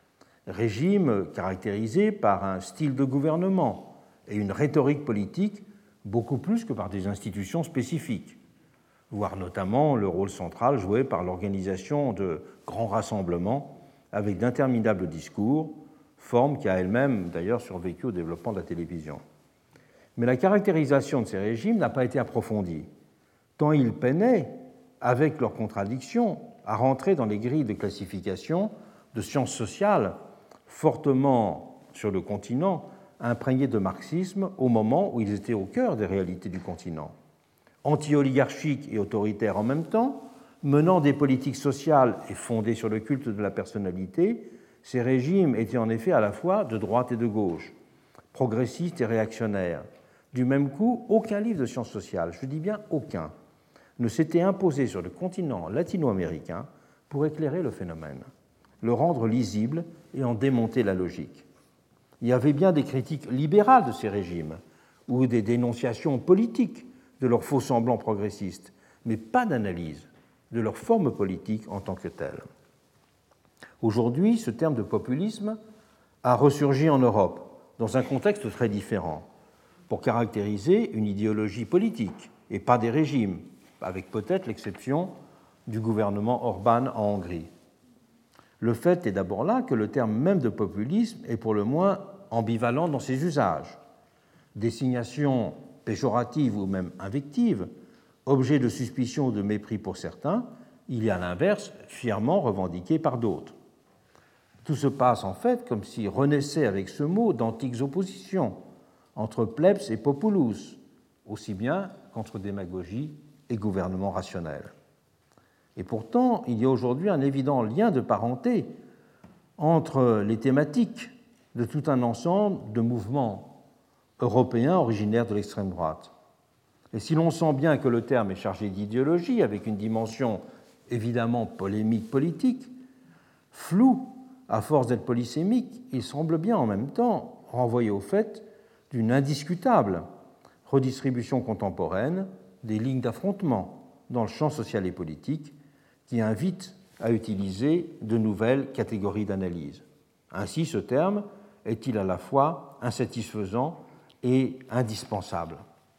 S2: Régimes caractérisés par un style de gouvernement et une rhétorique politique beaucoup plus que par des institutions spécifiques, voire notamment le rôle central joué par l'organisation de grands rassemblements avec d'interminables discours, forme qui a elle-même d'ailleurs survécu au développement de la télévision. Mais la caractérisation de ces régimes n'a pas été approfondie, tant ils peinaient, avec leurs contradictions, à rentrer dans les grilles de classification de sciences sociales fortement sur le continent, imprégnés de marxisme au moment où ils étaient au cœur des réalités du continent. Anti-oligarchiques et autoritaires en même temps, menant des politiques sociales et fondées sur le culte de la personnalité, Ces régimes étaient en effet à la fois de droite et de gauche, progressistes et réactionnaires. Du même coup, aucun livre de sciences sociales, je dis bien aucun, ne s'était imposé sur le continent latino-américain pour éclairer le phénomène, le rendre lisible et en démonter la logique. Il y avait bien des critiques libérales de ces régimes ou des dénonciations politiques de leurs faux-semblants progressistes, mais pas d'analyse de leur forme politique en tant que telle. Aujourd'hui, ce terme de populisme a ressurgi en Europe dans un contexte très différent pour caractériser une idéologie politique et pas des régimes, avec peut-être l'exception du gouvernement Orbán en Hongrie. Le fait est d'abord là que le terme même de populisme est pour le moins ambivalent dans ses usages. Désignation péjorative ou même invective, objet de suspicion ou de mépris pour certains, il est à l'inverse fièrement revendiqué par d'autres. Tout se passe en fait comme si renaissaient avec ce mot d'antiques oppositions entre plebs et populus, aussi bien qu'entre démagogie et gouvernement rationnel. Et pourtant, il y a aujourd'hui un évident lien de parenté entre les thématiques de tout un ensemble de mouvements européens originaires de l'extrême droite. Et si l'on sent bien que le terme est chargé d'idéologie, avec une dimension évidemment polémique politique, floue à force d'être polysémique, il semble bien en même temps renvoyer au fait d'une indiscutable redistribution contemporaine des lignes d'affrontement dans le champ social et politique qui invite à utiliser de nouvelles catégories d'analyse. Ainsi, ce terme est-il à la fois insatisfaisant et indispensable.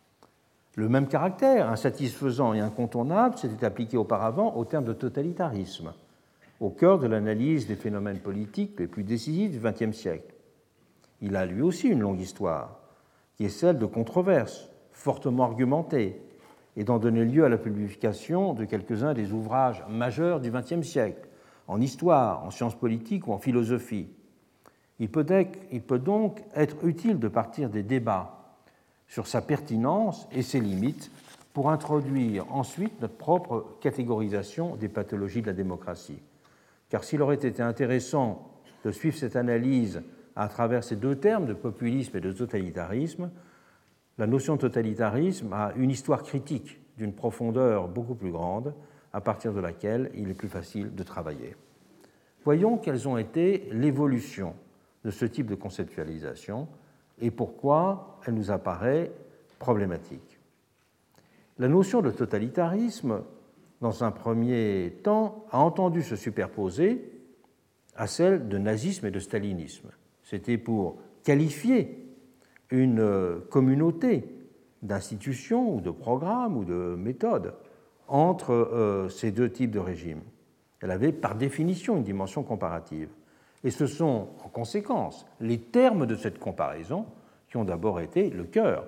S2: Le même caractère, insatisfaisant et incontournable, s'était appliqué auparavant au terme de totalitarisme, au cœur de l'analyse des phénomènes politiques les plus décisifs du XXe siècle. Il a lui aussi une longue histoire, qui est celle de controverses fortement argumentées et d'en donner lieu à la publication de quelques-uns des ouvrages majeurs du XXe siècle, en histoire, en sciences politiques ou en philosophie. Il peut donc être utile de partir des débats sur sa pertinence et ses limites pour introduire ensuite notre propre catégorisation des pathologies de la démocratie. Car s'il aurait été intéressant de suivre cette analyse à travers ces deux termes de populisme et de totalitarisme, la notion de totalitarisme a une histoire critique d'une profondeur beaucoup plus grande, à partir de laquelle il est plus facile de travailler. Voyons quelles ont été l'évolution de ce type de conceptualisation et pourquoi elle nous apparaît problématique. La notion de totalitarisme, dans un premier temps, a entendu se superposer à celle de nazisme et de stalinisme. C'était pour qualifier une communauté d'institutions ou de programmes ou de méthodes entre ces deux types de régimes. Elle avait par définition une dimension comparative. Et ce sont en conséquence les termes de cette comparaison qui ont d'abord été le cœur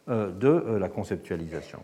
S2: de la conceptualisation.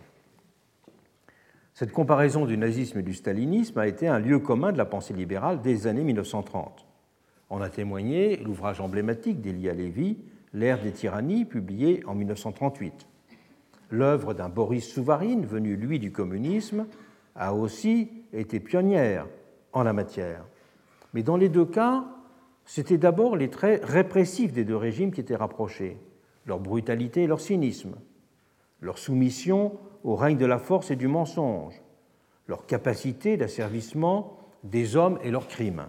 S2: Cette comparaison du nazisme et du stalinisme a été un lieu commun de la pensée libérale des années 1930. En a témoigné l'ouvrage emblématique d'Elia Levy, L'ère des tyrannies, publié en 1938. L'œuvre d'un Boris Souvarine, venu lui du communisme, a aussi été pionnière en la matière. Mais dans les deux cas, c'était d'abord les traits répressifs des deux régimes qui étaient rapprochés, leur brutalité et leur cynisme, leur soumission au règne de la force et du mensonge, leur capacité d'asservissement des hommes et leurs crimes.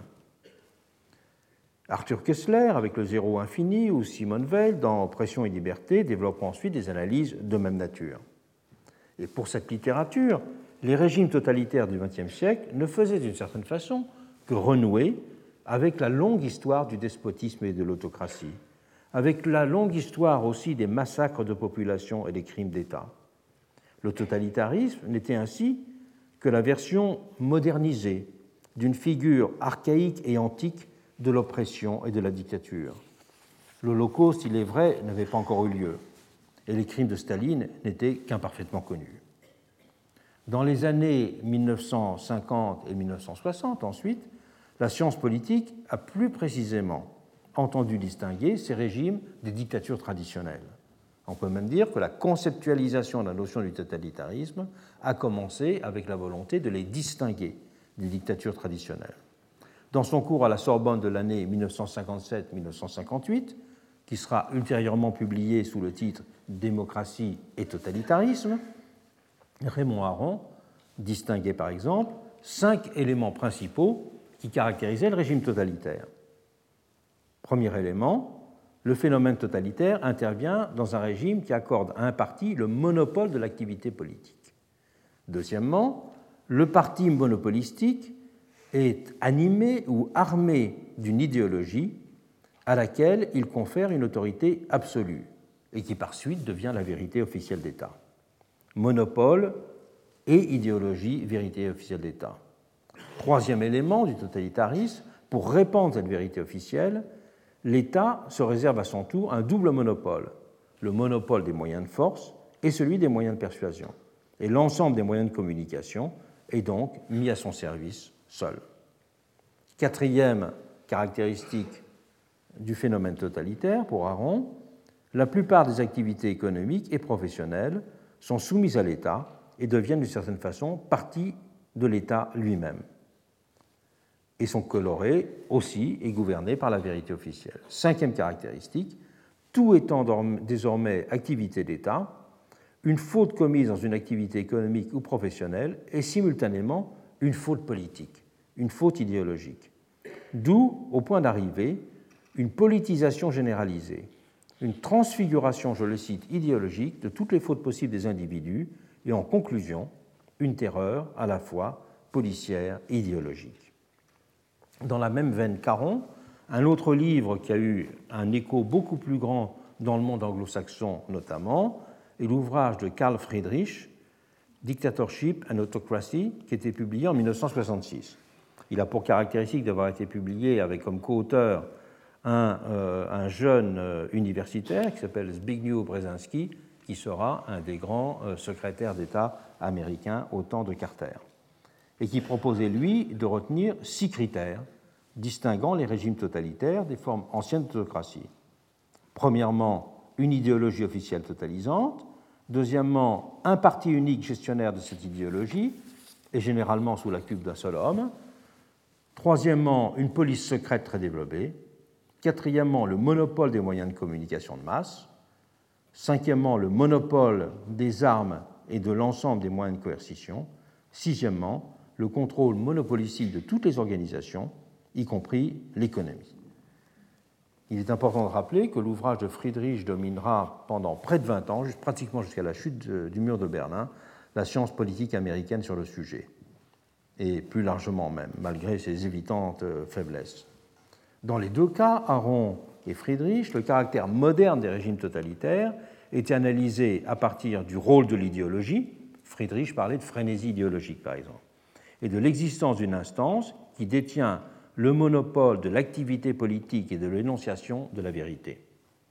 S2: Arthur Koestler, avec le zéro infini, ou Simone Weil, dans Pression et liberté, développent ensuite des analyses de même nature. Et pour cette littérature, les régimes totalitaires du XXe siècle ne faisaient d'une certaine façon que renouer avec la longue histoire du despotisme et de l'autocratie, avec la longue histoire aussi des massacres de population et des crimes d'État. Le totalitarisme n'était ainsi que la version modernisée d'une figure archaïque et antique de l'oppression et de la dictature. L'Holocauste, il est vrai, n'avait pas encore eu lieu, et les crimes de Staline n'étaient qu'imparfaitement connus. Dans les années 1950 et 1960, ensuite, la science politique a plus précisément entendu distinguer ces régimes des dictatures traditionnelles. On peut même dire que la conceptualisation de la notion du totalitarisme a commencé avec la volonté de les distinguer des dictatures traditionnelles. Dans son cours à la Sorbonne de l'année 1957-1958, qui sera ultérieurement publié sous le titre Démocratie et totalitarisme, Raymond Aron distinguait par exemple 5 éléments principaux qui caractérisaient le régime totalitaire. Premier élément, le phénomène totalitaire intervient dans un régime qui accorde à un parti le monopole de l'activité politique. Deuxièmement, le parti monopolistique est animé ou armé d'une idéologie à laquelle il confère une autorité absolue et qui par suite devient la vérité officielle d'État. Monopole et idéologie, vérité officielle d'État. Troisième élément du totalitarisme, pour répandre cette vérité officielle, l'État se réserve à son tour un double monopole, le monopole des moyens de force et celui des moyens de persuasion. Et l'ensemble des moyens de communication est donc mis à son service seul. Quatrième caractéristique du phénomène totalitaire, pour Aron, la plupart des activités économiques et professionnelles sont soumises à l'État et deviennent d'une certaine façon partie de l'État lui-même et sont colorées aussi et gouvernées par la vérité officielle. Cinquième caractéristique, tout étant désormais activité d'État, une faute commise dans une activité économique ou professionnelle est simultanément une faute politique, une faute idéologique. D'où, au point d'arrivée, une politisation généralisée, une transfiguration, je le cite, idéologique de toutes les fautes possibles des individus et, en conclusion, une terreur à la fois policière et idéologique. Dans la même veine qu'Aron, un autre livre qui a eu un écho beaucoup plus grand dans le monde anglo-saxon notamment est l'ouvrage de Carl Friedrich, Dictatorship and Autocracy, qui a été publié en 1966. Il a pour caractéristique d'avoir été publié avec comme co-auteur un jeune universitaire qui s'appelle Zbigniew Brzezinski, qui sera un des grands secrétaires d'État américains au temps de Carter, et qui proposait, lui, de retenir 6 critères distinguant les régimes totalitaires des formes anciennes d'autocratie. Premièrement, une idéologie officielle totalisante. Deuxièmement, un parti unique gestionnaire de cette idéologie, et généralement sous la coupe d'un seul homme. Troisièmement, une police secrète très développée. Quatrièmement, le monopole des moyens de communication de masse. Cinquièmement, le monopole des armes et de l'ensemble des moyens de coercition. Sixièmement, le contrôle monopolistique de toutes les organisations, y compris l'économie. Il est important de rappeler que l'ouvrage de Friedrich dominera pendant près de 20 ans, pratiquement jusqu'à la chute du mur de Berlin, la science politique américaine sur le sujet, et plus largement même, malgré ses évidentes faiblesses. Dans les deux cas, Aron et Friedrich, le caractère moderne des régimes totalitaires était analysé à partir du rôle de l'idéologie. Friedrich parlait de frénésie idéologique, par exemple, et de l'existence d'une instance qui détient le monopole de l'activité politique et de l'énonciation de la vérité.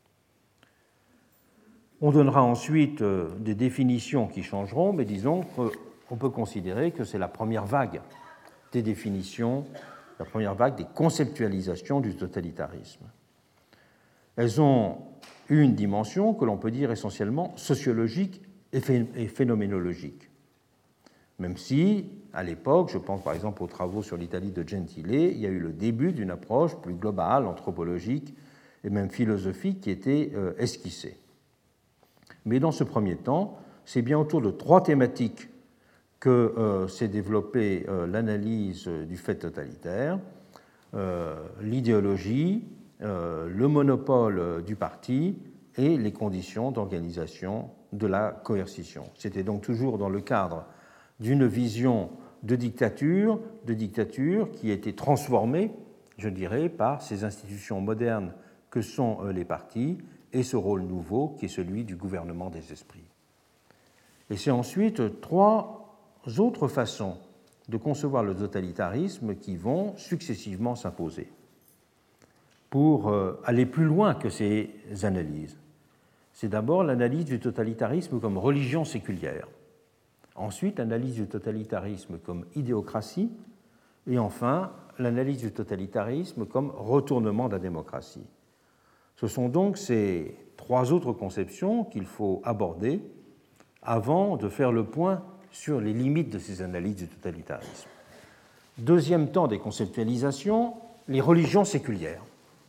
S2: On donnera ensuite des définitions qui changeront, mais disons qu'on peut considérer que c'est la première vague des définitions, la première vague des conceptualisations du totalitarisme. Elles ont une dimension que l'on peut dire essentiellement sociologique et phénoménologique. Même si, à l'époque, je pense par exemple aux travaux sur l'Italie de Gentile, il y a eu le début d'une approche plus globale, anthropologique et même philosophique qui était esquissée. Mais dans ce premier temps, c'est bien autour de 3 thématiques que s'est développée l'analyse du fait totalitaire, l'idéologie, le monopole du parti et les conditions d'organisation de la coercition. C'était donc toujours dans le cadre d'une vision de dictature qui a été transformée, je dirais, par ces institutions modernes que sont les partis et ce rôle nouveau qui est celui du gouvernement des esprits. Et c'est ensuite 3 autres façons de concevoir le totalitarisme qui vont successivement s'imposer pour aller plus loin que ces analyses. C'est d'abord l'analyse du totalitarisme comme religion séculière. Ensuite, l'analyse du totalitarisme comme idéocratie, et enfin, l'analyse du totalitarisme comme retournement de la démocratie. Ce sont donc ces 3 autres conceptions qu'il faut aborder avant de faire le point sur les limites de ces analyses du totalitarisme. Deuxième temps des conceptualisations, les religions séculières.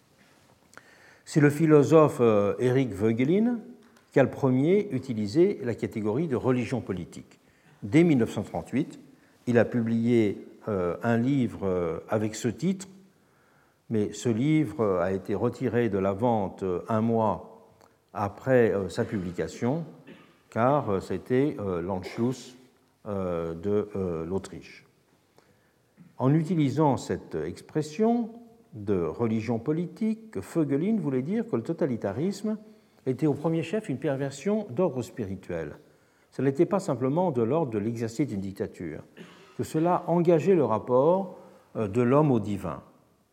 S2: C'est le philosophe Eric Voegelin qui a le premier utilisé la catégorie de religion politique. Dès 1938, il a publié un livre avec ce titre, mais ce livre a été retiré de la vente un mois après sa publication, car c'était l'Anschluss de l'Autriche. En utilisant cette expression de religion politique, Voegelin voulait dire que le totalitarisme était au premier chef une perversion d'ordre spirituel. Ce n'était pas simplement de l'ordre de l'exercice d'une dictature, que cela engageait le rapport de l'homme au divin.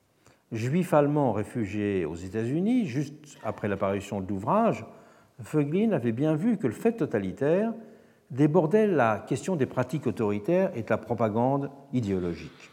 S2: Juif allemand réfugié aux États-Unis, juste après l'apparition de l'ouvrage, Voegelin avait bien vu que le fait totalitaire débordait la question des pratiques autoritaires et de la propagande idéologique.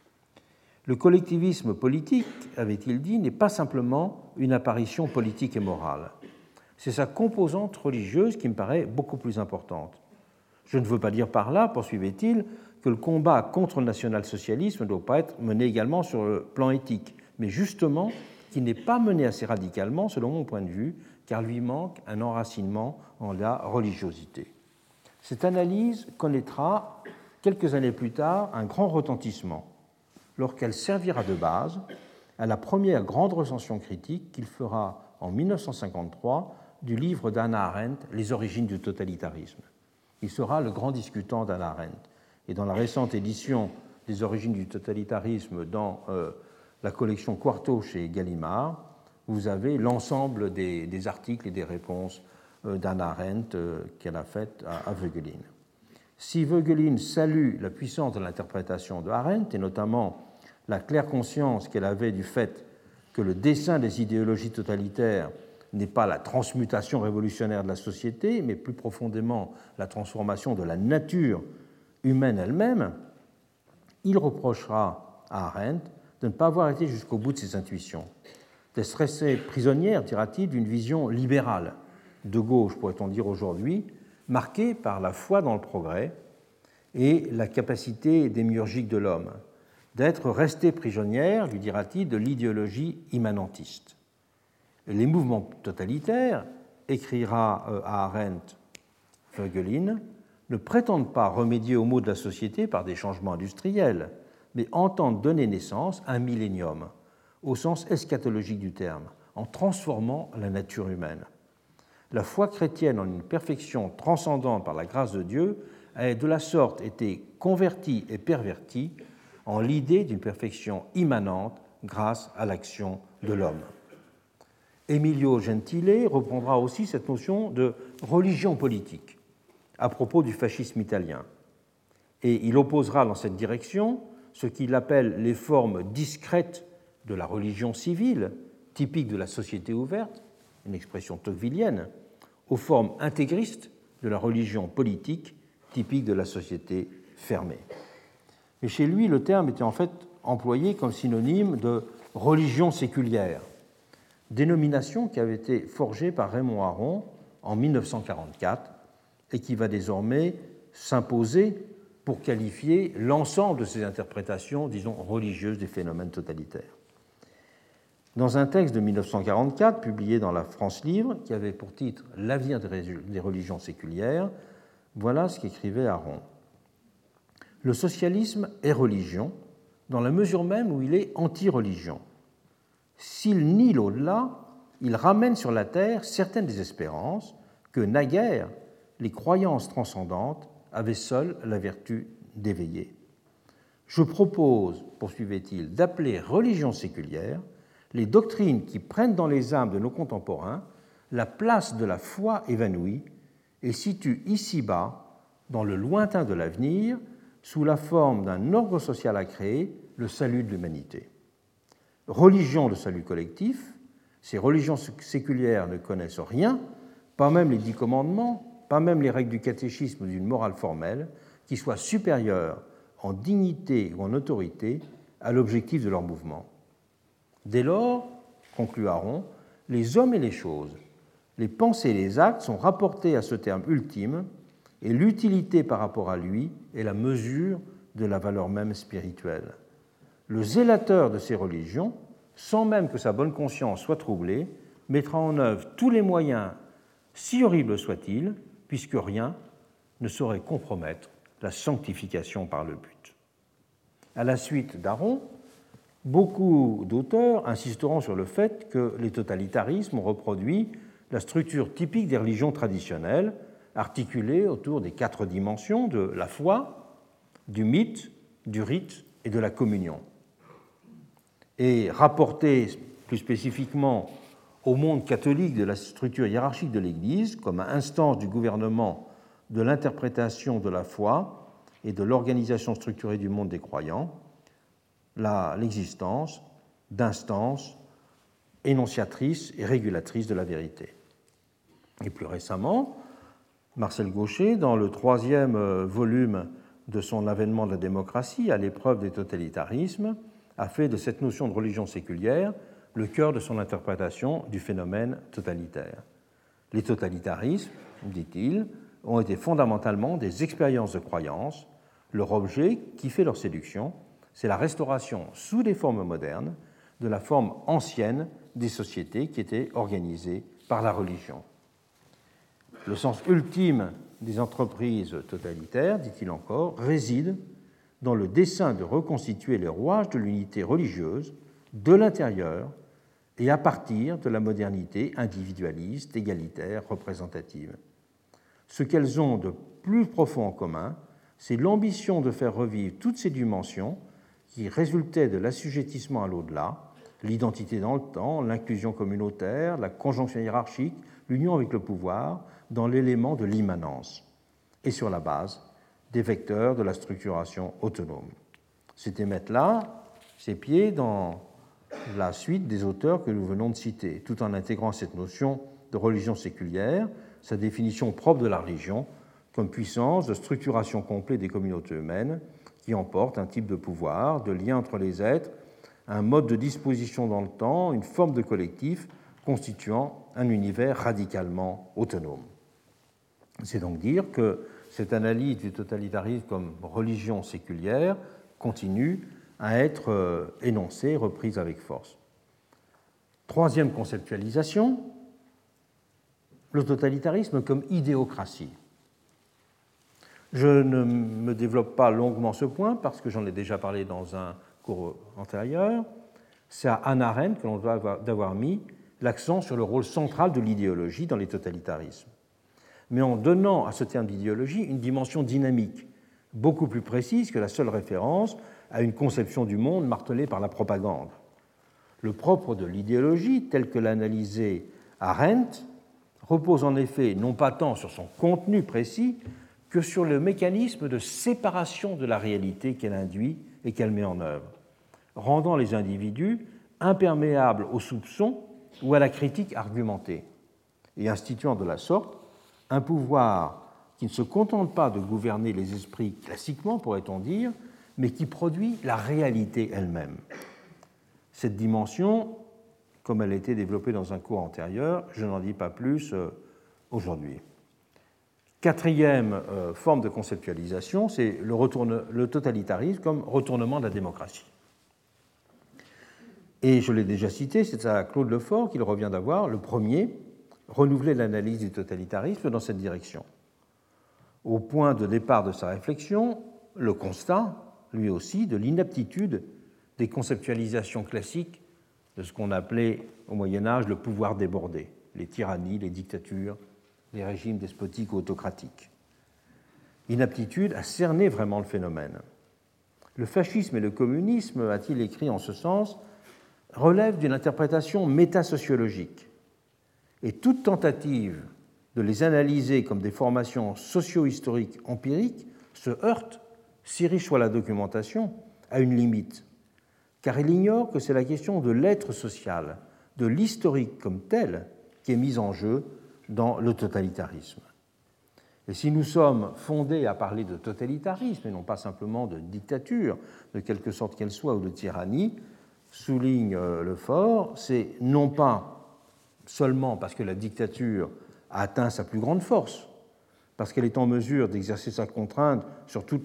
S2: Le collectivisme politique, avait-il dit, n'est pas simplement une apparition politique et morale. C'est sa composante religieuse qui me paraît beaucoup plus importante. Je ne veux pas dire par là, poursuivait-il, que le combat contre le national-socialisme ne doit pas être mené également sur le plan éthique, mais justement qu'il n'est pas mené assez radicalement, selon mon point de vue, car lui manque un enracinement en la religiosité. Cette analyse connaîtra, quelques années plus tard, un grand retentissement, lorsqu'elle servira de base à la première grande recension critique qu'il fera en 1953 du livre d'Hannah Arendt, Les origines du totalitarisme. Il sera le grand discutant d'Hannah Arendt. Et dans la récente édition des origines du totalitarisme dans la collection Quarto chez Gallimard, vous avez l'ensemble des articles et des réponses d'Hannah Arendt qu'elle a faites à Voegelin. Si Voegelin salue la puissance de l'interprétation de Arendt, et notamment la claire conscience qu'elle avait du fait que le dessein des idéologies totalitaires n'est pas la transmutation révolutionnaire de la société, mais plus profondément la transformation de la nature humaine elle-même, il reprochera à Arendt de ne pas avoir été jusqu'au bout de ses intuitions, d'être restée prisonnière, dira-t-il, d'une vision libérale, de gauche pourrait-on dire aujourd'hui, marquée par la foi dans le progrès et la capacité démiurgique de l'homme, d'être restée prisonnière, lui dira-t-il, de l'idéologie immanentiste. Les mouvements totalitaires, écrira à Arendt Voegelin, ne prétendent pas remédier aux maux de la société par des changements industriels, mais entendent donner naissance à un millénium, au sens eschatologique du terme, en transformant la nature humaine. La foi chrétienne en une perfection transcendante par la grâce de Dieu a de la sorte été convertie et pervertie en l'idée d'une perfection immanente grâce à l'action de l'homme. Emilio Gentile reprendra aussi cette notion de religion politique à propos du fascisme italien. Et il opposera dans cette direction ce qu'il appelle les formes discrètes de la religion civile, typique de la société ouverte, une expression tocquevillienne, aux formes intégristes de la religion politique, typique de la société fermée. Et chez lui, le terme était en fait employé comme synonyme de religion séculière, dénomination qui avait été forgée par Raymond Aron en 1944 et qui va désormais s'imposer pour qualifier l'ensemble de ces interprétations, disons, religieuses des phénomènes totalitaires. Dans un texte de 1944, publié dans la France Libre, qui avait pour titre « L'avenir des religions séculières », voilà ce qu'écrivait Aron. « Le socialisme est religion, dans la mesure même où il est anti-religion. S'il nie l'au-delà, il ramène sur la terre certaines des espérances que, naguère, les croyances transcendantes avaient seules la vertu d'éveiller. Je propose, poursuivait-il, d'appeler religion séculière les doctrines qui prennent dans les âmes de nos contemporains la place de la foi évanouie et situent ici-bas, dans le lointain de l'avenir, sous la forme d'un ordre social à créer, le salut de l'humanité. Religion de salut collectif, ces religions séculières ne connaissent rien, pas même les 10 commandements, pas même les règles du catéchisme d'une morale formelle, qui soit supérieure en dignité ou en autorité à l'objectif de leur mouvement. Dès lors, conclut Aron, les hommes et les choses, les pensées et les actes sont rapportés à ce terme ultime et l'utilité par rapport à lui est la mesure de la valeur même spirituelle. Le zélateur de ces religions, sans même que sa bonne conscience soit troublée, mettra en œuvre tous les moyens, si horribles soient-ils, puisque rien ne saurait compromettre la sanctification par le but. À la suite d'Aron, beaucoup d'auteurs insisteront sur le fait que les totalitarismes ont reproduit la structure typique des religions traditionnelles, articulée autour des 4 dimensions de la foi, du mythe, du rite et de la communion. Et rapporté plus spécifiquement au monde catholique de la structure hiérarchique de l'Église comme instance du gouvernement de l'interprétation de la foi et de l'organisation structurée du monde des croyants, l'existence d'instances énonciatrices et régulatrices de la vérité. Et plus récemment, Marcel Gauchet, dans le 3e volume de son Avènement de la démocratie, à l'épreuve des totalitarismes, a fait de cette notion de religion séculière le cœur de son interprétation du phénomène totalitaire. Les totalitarismes, dit-il, ont été fondamentalement des expériences de croyance. Leur objet, qui fait leur séduction, c'est la restauration sous des formes modernes de la forme ancienne des sociétés qui étaient organisées par la religion. Le sens ultime des entreprises totalitaires, dit-il encore, réside dans le dessein de reconstituer les rouages de l'unité religieuse de l'intérieur et à partir de la modernité individualiste, égalitaire, représentative. Ce qu'elles ont de plus profond en commun, c'est l'ambition de faire revivre toutes ces dimensions qui résultaient de l'assujettissement à l'au-delà, l'identité dans le temps, l'inclusion communautaire, la conjonction hiérarchique, l'union avec le pouvoir, dans l'élément de l'immanence, et sur la base des vecteurs de la structuration autonome. C'était mettre là ses pieds dans la suite des auteurs que nous venons de citer, tout en intégrant cette notion de religion séculière, sa définition propre de la religion, comme puissance de structuration complète des communautés humaines qui emporte un type de pouvoir, de lien entre les êtres, un mode de disposition dans le temps, une forme de collectif constituant un univers radicalement autonome. C'est donc dire que cette analyse du totalitarisme comme religion séculière continue à être énoncée, reprise avec force. Troisième conceptualisation, le totalitarisme comme idéocratie. Je ne me développe pas longuement ce point parce que j'en ai déjà parlé dans un cours antérieur. C'est à Hannah Arendt que l'on doit d'avoir mis l'accent sur le rôle central de l'idéologie dans les totalitarismes, mais en donnant à ce terme d'idéologie une dimension dynamique, beaucoup plus précise que la seule référence à une conception du monde martelée par la propagande. Le propre de l'idéologie, tel que l'analysait Arendt, repose en effet non pas tant sur son contenu précis que sur le mécanisme de séparation de la réalité qu'elle induit et qu'elle met en œuvre, rendant les individus imperméables aux soupçons ou à la critique argumentée, et instituant de la sorte un pouvoir qui ne se contente pas de gouverner les esprits classiquement, pourrait-on dire, mais qui produit la réalité elle-même. Cette dimension, comme elle a été développée dans un cours antérieur, je n'en dis pas plus aujourd'hui. Quatrième forme de conceptualisation, c'est le totalitarisme comme retournement de la démocratie. Et je l'ai déjà cité, c'est à Claude Lefort qu'il revient d'avoir, le premier, renouveler l'analyse du totalitarisme dans cette direction. Au point de départ de sa réflexion, le constat, lui aussi, de l'inaptitude des conceptualisations classiques de ce qu'on appelait au Moyen-Âge le pouvoir débordé, les tyrannies, les dictatures, les régimes despotiques ou autocratiques. Inaptitude à cerner vraiment le phénomène. Le fascisme et le communisme, a-t-il écrit en ce sens, relèvent d'une interprétation métasociologique. Et toute tentative de les analyser comme des formations socio-historiques empiriques se heurte, si riche soit la documentation, à une limite, car il ignore que c'est la question de l'être social, de l'historique comme tel, qui est mise en jeu dans le totalitarisme. Et si nous sommes fondés à parler de totalitarisme et non pas simplement de dictature, de quelque sorte qu'elle soit, ou de tyrannie, souligne Lefort, c'est non pas seulement parce que la dictature a atteint sa plus grande force, parce qu'elle est en mesure d'exercer sa contrainte sur toutes les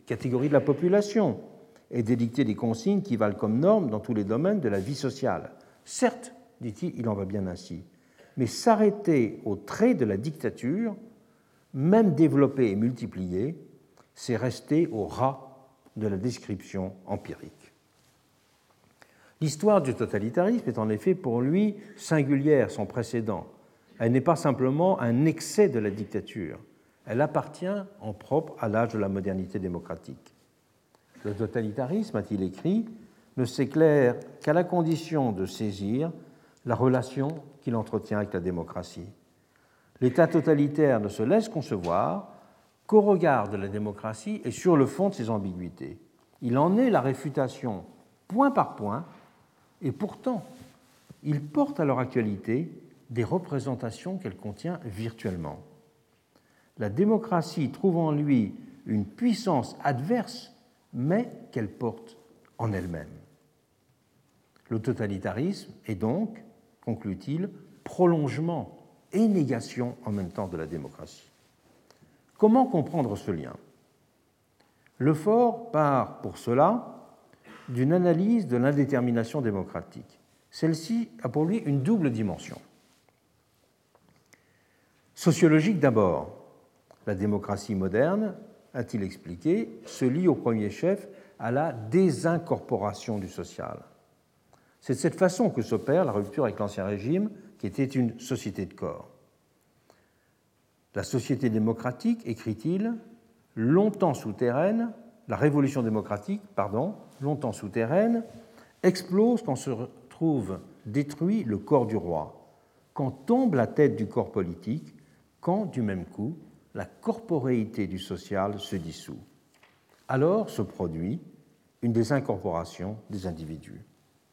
S2: catégories de la population et d'édicter des consignes qui valent comme normes dans tous les domaines de la vie sociale. Certes, dit-il, il en va bien ainsi, mais s'arrêter au trait de la dictature, même développée et multipliée, c'est rester au ras de la description empirique. L'histoire du totalitarisme est en effet pour lui singulière, sans précédent. Elle n'est pas simplement un excès de la dictature, elle appartient en propre à l'âge de la modernité démocratique. Le totalitarisme, a-t-il écrit, ne s'éclaire qu'à la condition de saisir la relation qu'il entretient avec la démocratie. L'État totalitaire ne se laisse concevoir qu'au regard de la démocratie et sur le fond de ses ambiguïtés. Il en est la réfutation point par point, et pourtant, il porte à leur actualité des représentations qu'elle contient virtuellement. La démocratie trouve en lui une puissance adverse, mais qu'elle porte en elle-même. Le totalitarisme est donc, conclut-il, prolongement et négation en même temps de la démocratie. Comment comprendre ce lien? Lefort part pour cela d'une analyse de l'indétermination démocratique. Celle-ci a pour lui une double dimension. Sociologique d'abord. La démocratie moderne, a-t-il expliqué, se lie au premier chef à la désincorporation du social. C'est de cette façon que s'opère la rupture avec l'Ancien Régime, qui était une société de corps. La société démocratique, écrit-il, longtemps souterraine, la révolution démocratique, longtemps souterraine, explose quand se trouve détruit le corps du roi, quand tombe la tête du corps politique, quand, du même coup, la corporéité du social se dissout. Alors se produit une désincorporation des individus.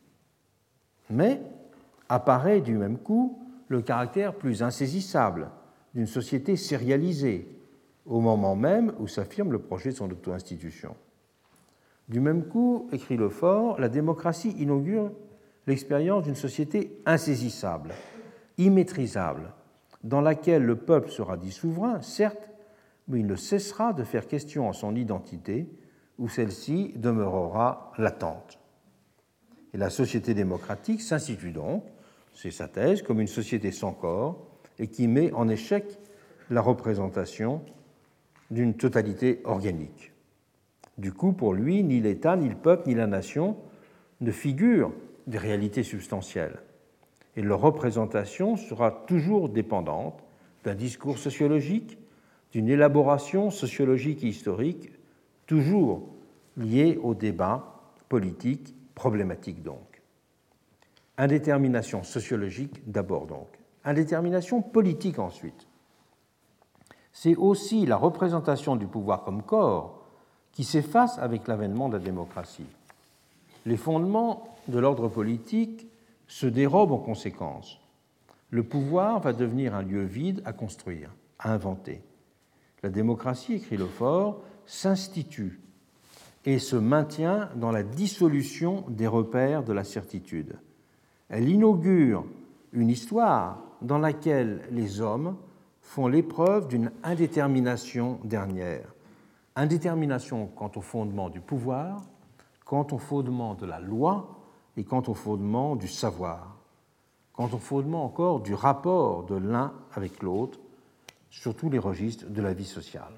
S2: Mais apparaît du même coup le caractère plus insaisissable d'une société sérialisée, au moment même où s'affirme le projet de son auto-institution. Du même coup, écrit Lefort, la démocratie inaugure l'expérience d'une société insaisissable, immaîtrisable, dans laquelle le peuple sera dit souverain, certes, mais il ne cessera de faire question à son identité, où celle-ci demeurera latente. Et la société démocratique s'institue donc, c'est sa thèse, comme une société sans corps et qui met en échec la représentation d'une totalité organique. Du coup, pour lui, ni l'État, ni le peuple, ni la nation ne figurent des réalités substantielles. Et leur représentation sera toujours dépendante d'un discours sociologique, d'une élaboration sociologique et historique, toujours liée au débat politique problématique donc. Indétermination sociologique d'abord donc. Indétermination politique ensuite. C'est aussi la représentation du pouvoir comme corps qui s'efface avec l'avènement de la démocratie. Les fondements de l'ordre politique se dérobent en conséquence. Le pouvoir va devenir un lieu vide à construire, à inventer. La démocratie, écrit Lefort, s'institue et se maintient dans la dissolution des repères de la certitude. Elle inaugure une histoire dans laquelle les hommes font l'épreuve d'une indétermination dernière. Indétermination quant au fondement du pouvoir, quant au fondement de la loi et quant au fondement du savoir, quant au fondement encore du rapport de l'un avec l'autre sur tous les registres de la vie sociale.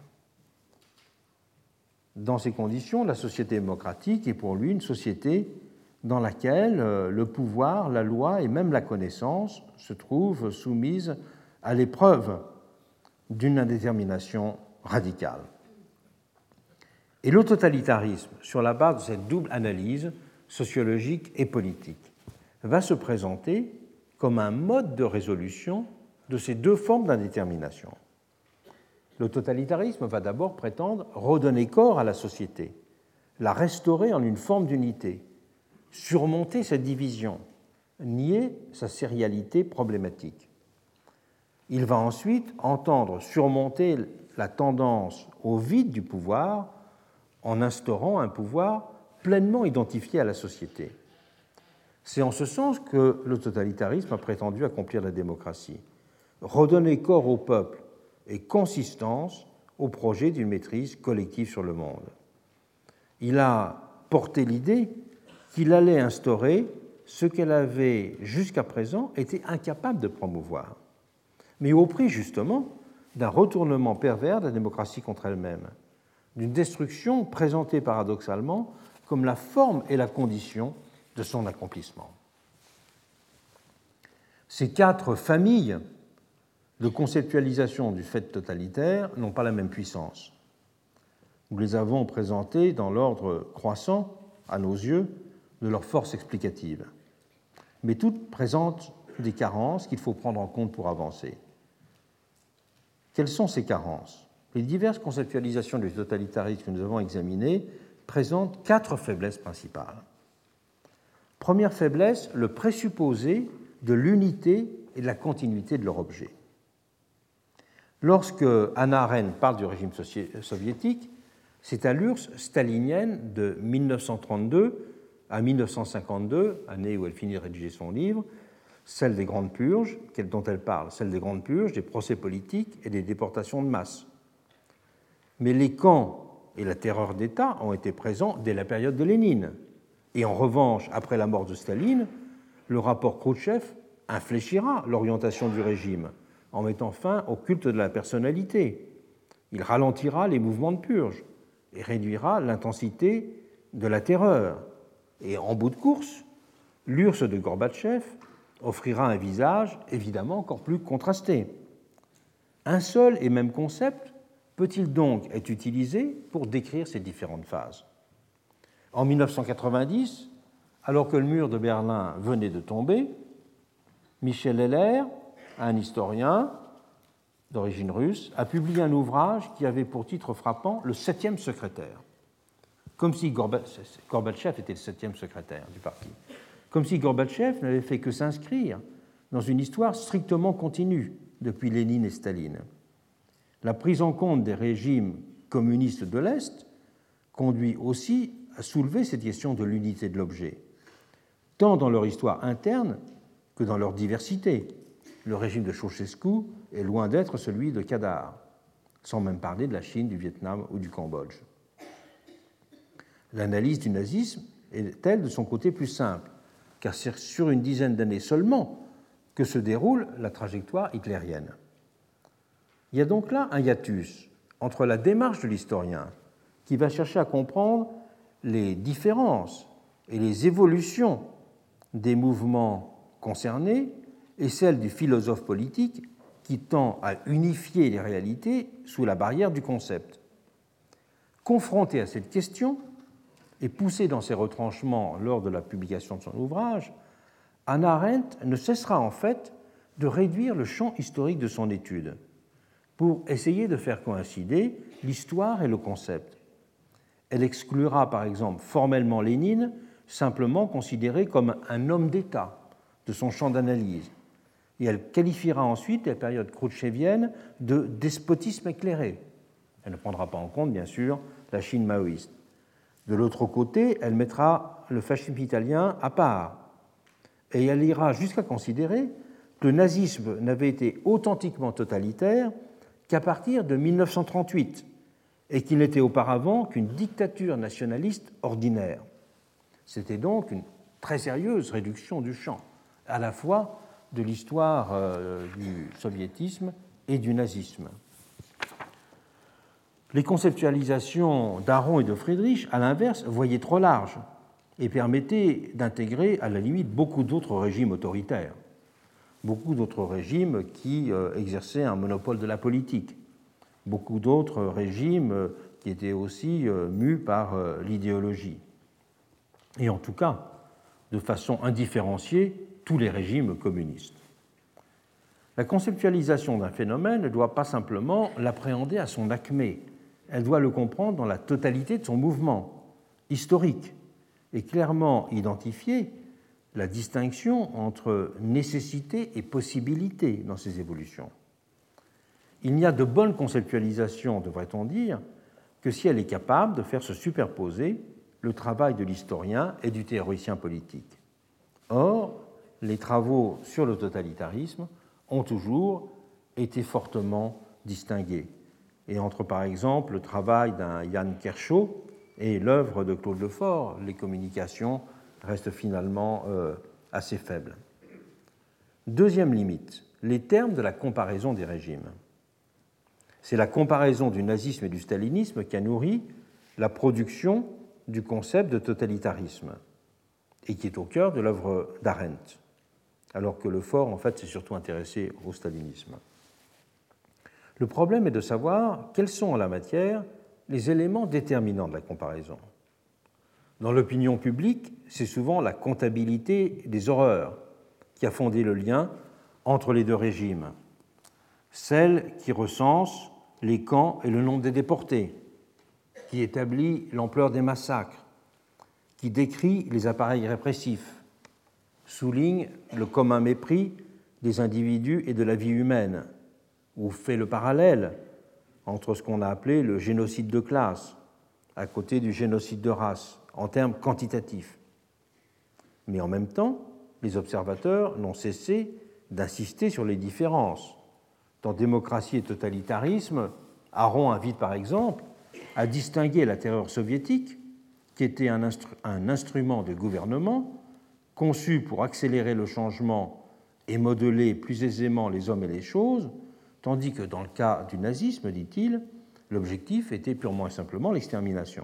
S2: Dans ces conditions, la société démocratique est pour lui une société dans laquelle le pouvoir, la loi et même la connaissance se trouvent soumises à l'épreuve d'une indétermination radicale. Et le totalitarisme, sur la base de cette double analyse sociologique et politique, va se présenter comme un mode de résolution de ces deux formes d'indétermination. Le totalitarisme va d'abord prétendre redonner corps à la société, la restaurer en une forme d'unité, surmonter sa division, nier sa sérialité problématique. Il va ensuite entendre surmonter la tendance au vide du pouvoir en instaurant un pouvoir pleinement identifié à la société. C'est en ce sens que le totalitarisme a prétendu accomplir la démocratie, redonner corps au peuple et consistance au projet d'une maîtrise collective sur le monde. Il a porté l'idée qu'il allait instaurer ce qu'elle avait jusqu'à présent été incapable de promouvoir, mais au prix justement d'un retournement pervers de la démocratie contre elle-même, d'une destruction présentée paradoxalement comme la forme et la condition de son accomplissement. Ces 4 familles de conceptualisation du fait totalitaire n'ont pas la même puissance. Nous les avons présentées dans l'ordre croissant, à nos yeux, de leur force explicative. Mais toutes présentent des carences qu'il faut prendre en compte pour avancer. Quelles sont ces carences? Les diverses conceptualisations du totalitarisme que nous avons examinées présentent 4 faiblesses principales. Première faiblesse, le présupposé de l'unité et de la continuité de leur objet. Lorsque Hannah Arendt parle du régime soviétique, c'est à l'URSS stalinienne de 1932 à 1952, année où elle finit de rédiger son livre, celle des Grandes Purges, dont elle parle, celle des Grandes Purges, des procès politiques et des déportations de masse. Mais les camps et la terreur d'État ont été présents dès la période de Lénine. Et en revanche, après la mort de Staline, le rapport Khrouchtchev infléchira l'orientation du régime en mettant fin au culte de la personnalité. Il ralentira les mouvements de purge et réduira l'intensité de la terreur. Et en bout de course, l'URSS de Gorbatchev offrira un visage évidemment encore plus contrasté. Un seul et même concept peut-il donc être utilisé pour décrire ces différentes phases? En 1990, alors que le mur de Berlin venait de tomber, Michel Heller, un historien d'origine russe, a publié un ouvrage qui avait pour titre frappant « Le 7e secrétaire », comme si Gorbatchev était le 7e secrétaire du parti, comme si Gorbatchev n'avait fait que s'inscrire dans une histoire strictement continue depuis Lénine et Staline. La prise en compte des régimes communistes de l'Est conduit aussi à soulever cette question de l'unité de l'objet, tant dans leur histoire interne que dans leur diversité. Le régime de Ceausescu est loin d'être celui de Kadar, sans même parler de la Chine, du Vietnam ou du Cambodge. L'analyse du nazisme est-elle de son côté plus simple, car c'est sur une dizaine d'années seulement que se déroule la trajectoire hitlérienne. Il y a donc là un hiatus entre la démarche de l'historien, qui va chercher à comprendre les différences et les évolutions des mouvements concernés, et celle du philosophe politique qui tend à unifier les réalités sous la barrière du concept. Confronté à cette question, et poussé dans ses retranchements lors de la publication de son ouvrage, Hannah Arendt ne cessera en fait de réduire le champ historique de son étude pour essayer de faire coïncider l'histoire et le concept. Elle exclura par exemple formellement Lénine, simplement considéré comme un homme d'État de son champ d'analyse, et elle qualifiera ensuite la période khrouchtchevienne de despotisme éclairé. Elle ne prendra pas en compte, bien sûr, la Chine maoïste. De l'autre côté, elle mettra le fascisme italien à part, et elle ira jusqu'à considérer que le nazisme n'avait été authentiquement totalitaire qu'à partir de 1938, et qu'il n'était auparavant qu'une dictature nationaliste ordinaire. C'était donc une très sérieuse réduction du champ, à la fois de l'histoire du soviétisme et du nazisme. Les conceptualisations d'Aron et de Friedrich, à l'inverse, voyaient trop large et permettaient d'intégrer à la limite beaucoup d'autres régimes autoritaires, beaucoup d'autres régimes qui exerçaient un monopole de la politique, beaucoup d'autres régimes qui étaient aussi mus par l'idéologie. Et en tout cas, de façon indifférenciée, tous les régimes communistes. La conceptualisation d'un phénomène ne doit pas simplement l'appréhender à son acmé, elle doit le comprendre dans la totalité de son mouvement historique et clairement identifier la distinction entre nécessité et possibilité dans ces évolutions. Il n'y a de bonne conceptualisation, devrait-on dire, que si elle est capable de faire se superposer le travail de l'historien et du théoricien politique. Or, les travaux sur le totalitarisme ont toujours été fortement distingués. Et entre, par exemple, le travail d'un Jan Kershaw et l'œuvre de Claude Lefort, les communications restent finalement assez faibles. Deuxième limite, les termes de la comparaison des régimes. C'est la comparaison du nazisme et du stalinisme qui a nourri la production du concept de totalitarisme et qui est au cœur de l'œuvre d'Arendt, alors que Lefort, en fait, s'est surtout intéressé au stalinisme. Le problème est de savoir quels sont en la matière les éléments déterminants de la comparaison. Dans l'opinion publique, c'est souvent la comptabilité des horreurs qui a fondé le lien entre les deux régimes, celle qui recense les camps et le nombre des déportés, qui établit l'ampleur des massacres, qui décrit les appareils répressifs, souligne le commun mépris des individus et de la vie humaine, ou fait le parallèle entre ce qu'on a appelé le génocide de classe à côté du génocide de race, en termes quantitatifs. Mais en même temps, les observateurs n'ont cessé d'insister sur les différences. Dans Démocratie et totalitarisme, Aron invite par exemple à distinguer la terreur soviétique, qui était un instrument de gouvernement conçu pour accélérer le changement et modeler plus aisément les hommes et les choses, tandis que dans le cas du nazisme, dit-il, l'objectif était purement et simplement l'extermination.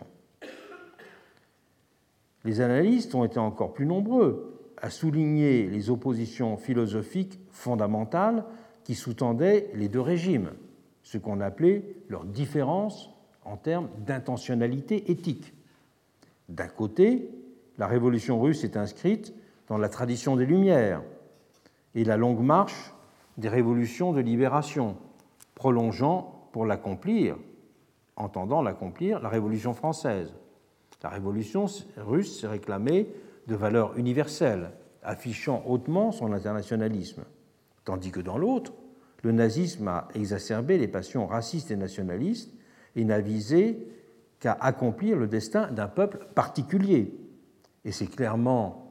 S2: Les analystes ont été encore plus nombreux à souligner les oppositions philosophiques fondamentales qui sous-tendaient les deux régimes, ce qu'on appelait leur différence en termes d'intentionnalité éthique. D'un côté, la révolution russe est inscrite dans la tradition des Lumières et la longue marche des révolutions de libération, prolongeant pour l'accomplir, entendant l'accomplir, la Révolution française. La révolution russe s'est réclamée de valeurs universelles, affichant hautement son internationalisme, tandis que dans l'autre, le nazisme a exacerbé les passions racistes et nationalistes et n'a visé qu'à accomplir le destin d'un peuple particulier. Et c'est clairement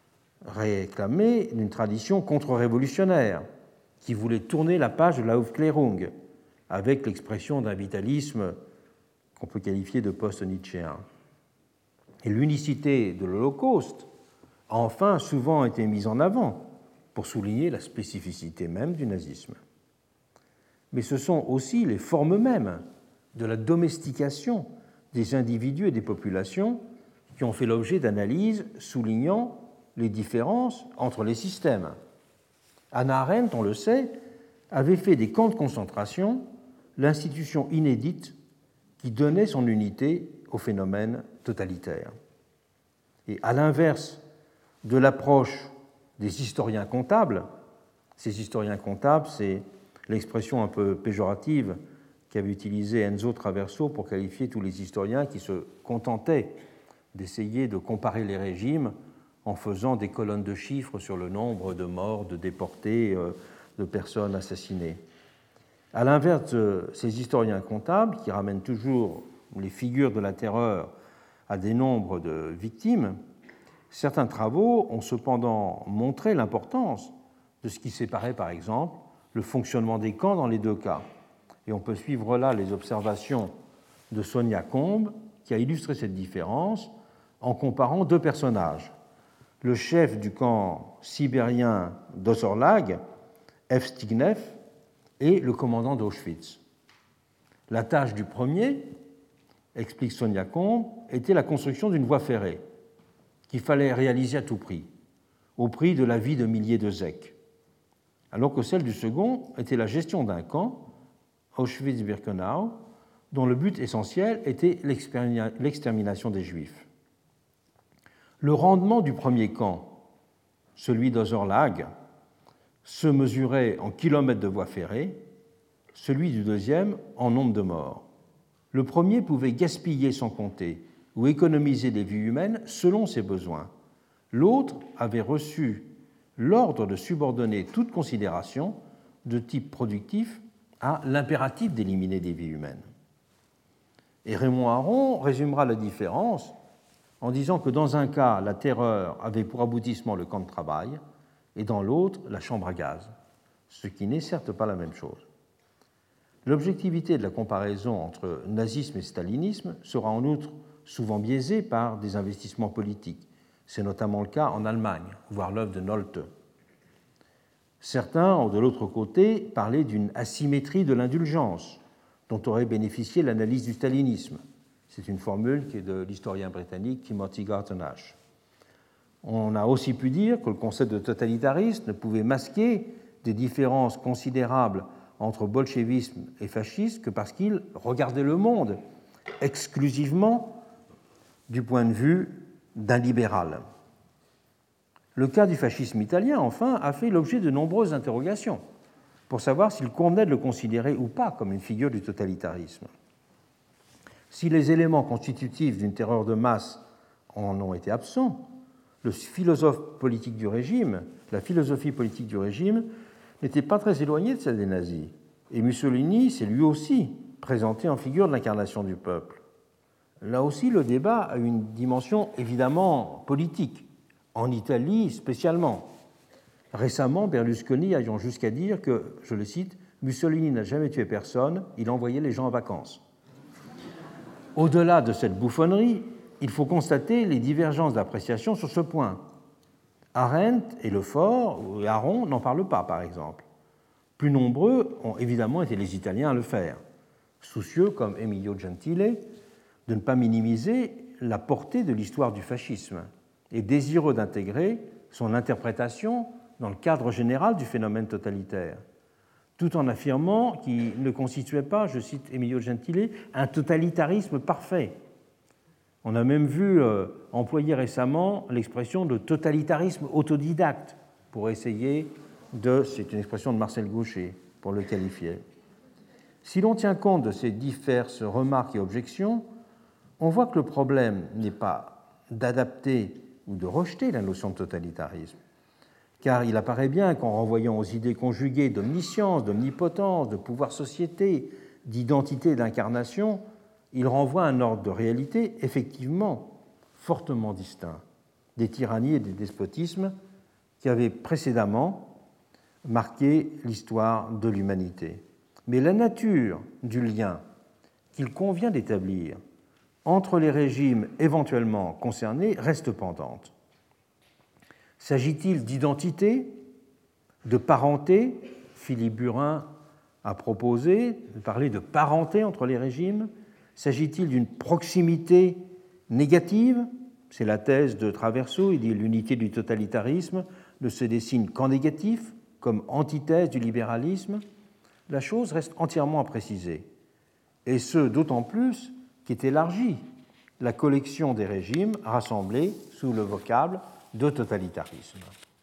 S2: réclamé d'une tradition contre-révolutionnaire qui voulait tourner la page de la Aufklärung avec l'expression d'un vitalisme qu'on peut qualifier de post-nietzschéen. Et l'unicité de l'Holocauste a enfin souvent été mise en avant pour souligner la spécificité même du nazisme. Mais ce sont aussi les formes mêmes de la domestication des individus et des populations qui ont fait l'objet d'analyses soulignant les différences entre les systèmes. Hannah Arendt, on le sait, avait fait des camps de concentration l'institution inédite qui donnait son unité au phénomène totalitaire. Et à l'inverse de l'approche des historiens comptables, ces historiens comptables, c'est l'expression un peu péjorative qu'avait utilisée Enzo Traverso pour qualifier tous les historiens qui se contentaient d'essayer de comparer les régimes en faisant des colonnes de chiffres sur le nombre de morts, de déportés, de personnes assassinées. À l'inverse de ces historiens comptables qui ramènent toujours les figures de la terreur à des nombres de victimes, certains travaux ont cependant montré l'importance de ce qui séparait, par exemple, le fonctionnement des camps dans les deux cas. Et on peut suivre là les observations de Sonia Combe, qui a illustré cette différence en comparant deux personnages. Le chef du camp sibérien d'Osserlag, F. Stignev, et le commandant d'Auschwitz. La tâche du premier, explique Sonia Combe, était la construction d'une voie ferrée qu'il fallait réaliser à tout prix, au prix de la vie de milliers de zèques, alors que celle du second était la gestion d'un camp, Auschwitz-Birkenau, dont le but essentiel était l'extermination des Juifs. Le rendement du premier camp, celui d'Osserlag, se mesurait en kilomètres de voies ferrées, celui du deuxième en nombre de morts. Le premier pouvait gaspiller sans compter ou économiser des vies humaines selon ses besoins. L'autre avait reçu l'ordre de subordonner toute considération de type productif à l'impératif d'éliminer des vies humaines. Et Raymond Aron résumera la différence en disant que dans un cas, la terreur avait pour aboutissement le camp de travail et dans l'autre, la chambre à gaz, ce qui n'est certes pas la même chose. L'objectivité de la comparaison entre nazisme et stalinisme sera en outre souvent biaisées par des investissements politiques. C'est notamment le cas en Allemagne, voir l'œuvre de Nolte. Certains ont de l'autre côté parlé d'une asymétrie de l'indulgence dont aurait bénéficié l'analyse du stalinisme. C'est une formule qui est de l'historien britannique Timothy Garton-Ash. On a aussi pu dire que le concept de totalitarisme ne pouvait masquer des différences considérables entre bolchevisme et fascisme que parce qu'il regardait le monde exclusivement du point de vue d'un libéral. Le cas du fascisme italien, enfin, a fait l'objet de nombreuses interrogations pour savoir s'il convenait de le considérer ou pas comme une figure du totalitarisme. Si les éléments constitutifs d'une terreur de masse en ont été absents, la philosophie politique du régime n'était pas très éloignée de celle des nazis. Et Mussolini s'est lui aussi présenté en figure de l'incarnation du peuple. Là aussi, le débat a une dimension évidemment politique, en Italie spécialement. Récemment, Berlusconi allant jusqu'à dire que, je le cite, « Mussolini n'a jamais tué personne, il envoyait les gens en vacances ». Au-delà de cette bouffonnerie, il faut constater les divergences d'appréciation sur ce point. Arendt et Lefort ou Aron n'en parlent pas, par exemple. Plus nombreux ont évidemment été les Italiens à le faire, soucieux, comme Emilio Gentile, de ne pas minimiser la portée de l'histoire du fascisme et désireux d'intégrer son interprétation dans le cadre général du phénomène totalitaire, tout en affirmant qu'il ne constituait pas, je cite Emilio Gentile, un totalitarisme parfait. On a même vu employer récemment l'expression de totalitarisme autodidacte pour essayer c'est une expression de Marcel Gaucher, pour le qualifier. Si l'on tient compte de ces diverses remarques et objections, on voit que le problème n'est pas d'adapter ou de rejeter la notion de totalitarisme, car il apparaît bien qu'en renvoyant aux idées conjuguées d'omniscience, d'omnipotence, de pouvoir-société, d'identité et d'incarnation, il renvoie à un ordre de réalité effectivement fortement distinct des tyrannies et des despotismes qui avaient précédemment marqué l'histoire de l'humanité. Mais la nature du lien qu'il convient d'établir entre les régimes éventuellement concernés reste pendante. S'agit-il d'identité, de parenté? Philippe Burin a proposé de parler de parenté entre les régimes. S'agit-il d'une proximité négative? C'est la thèse de Traverso, il dit l'unité du totalitarisme ne se dessine qu'en négatif, comme antithèse du libéralisme. La chose reste entièrement à préciser, et ce d'autant plus qu'est élargie la collection des régimes rassemblés sous le vocable de totalitarisme.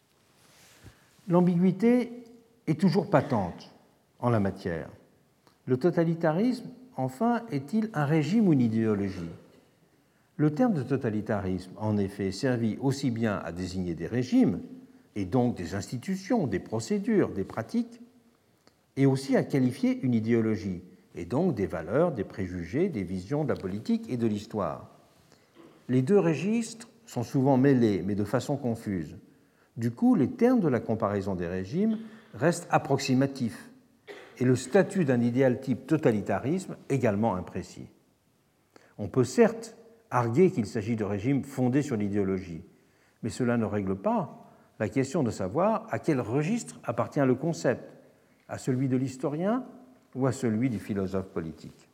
S2: L'ambiguïté est toujours patente en la matière. Le totalitarisme, enfin, est-il un régime ou une idéologie? Le terme de totalitarisme, en effet, servit aussi bien à désigner des régimes, et donc des institutions, des procédures, des pratiques, et aussi à qualifier une idéologie, et donc des valeurs, des préjugés, des visions de la politique et de l'histoire. Les deux registres sont souvent mêlés, mais de façon confuse. Du coup, les termes de la comparaison des régimes restent approximatifs, et le statut d'un idéal type totalitarisme également imprécis. On peut certes arguer qu'il s'agit de régimes fondés sur l'idéologie, mais cela ne règle pas la question de savoir à quel registre appartient le concept, à celui de l'historien ou à celui du philosophe politique.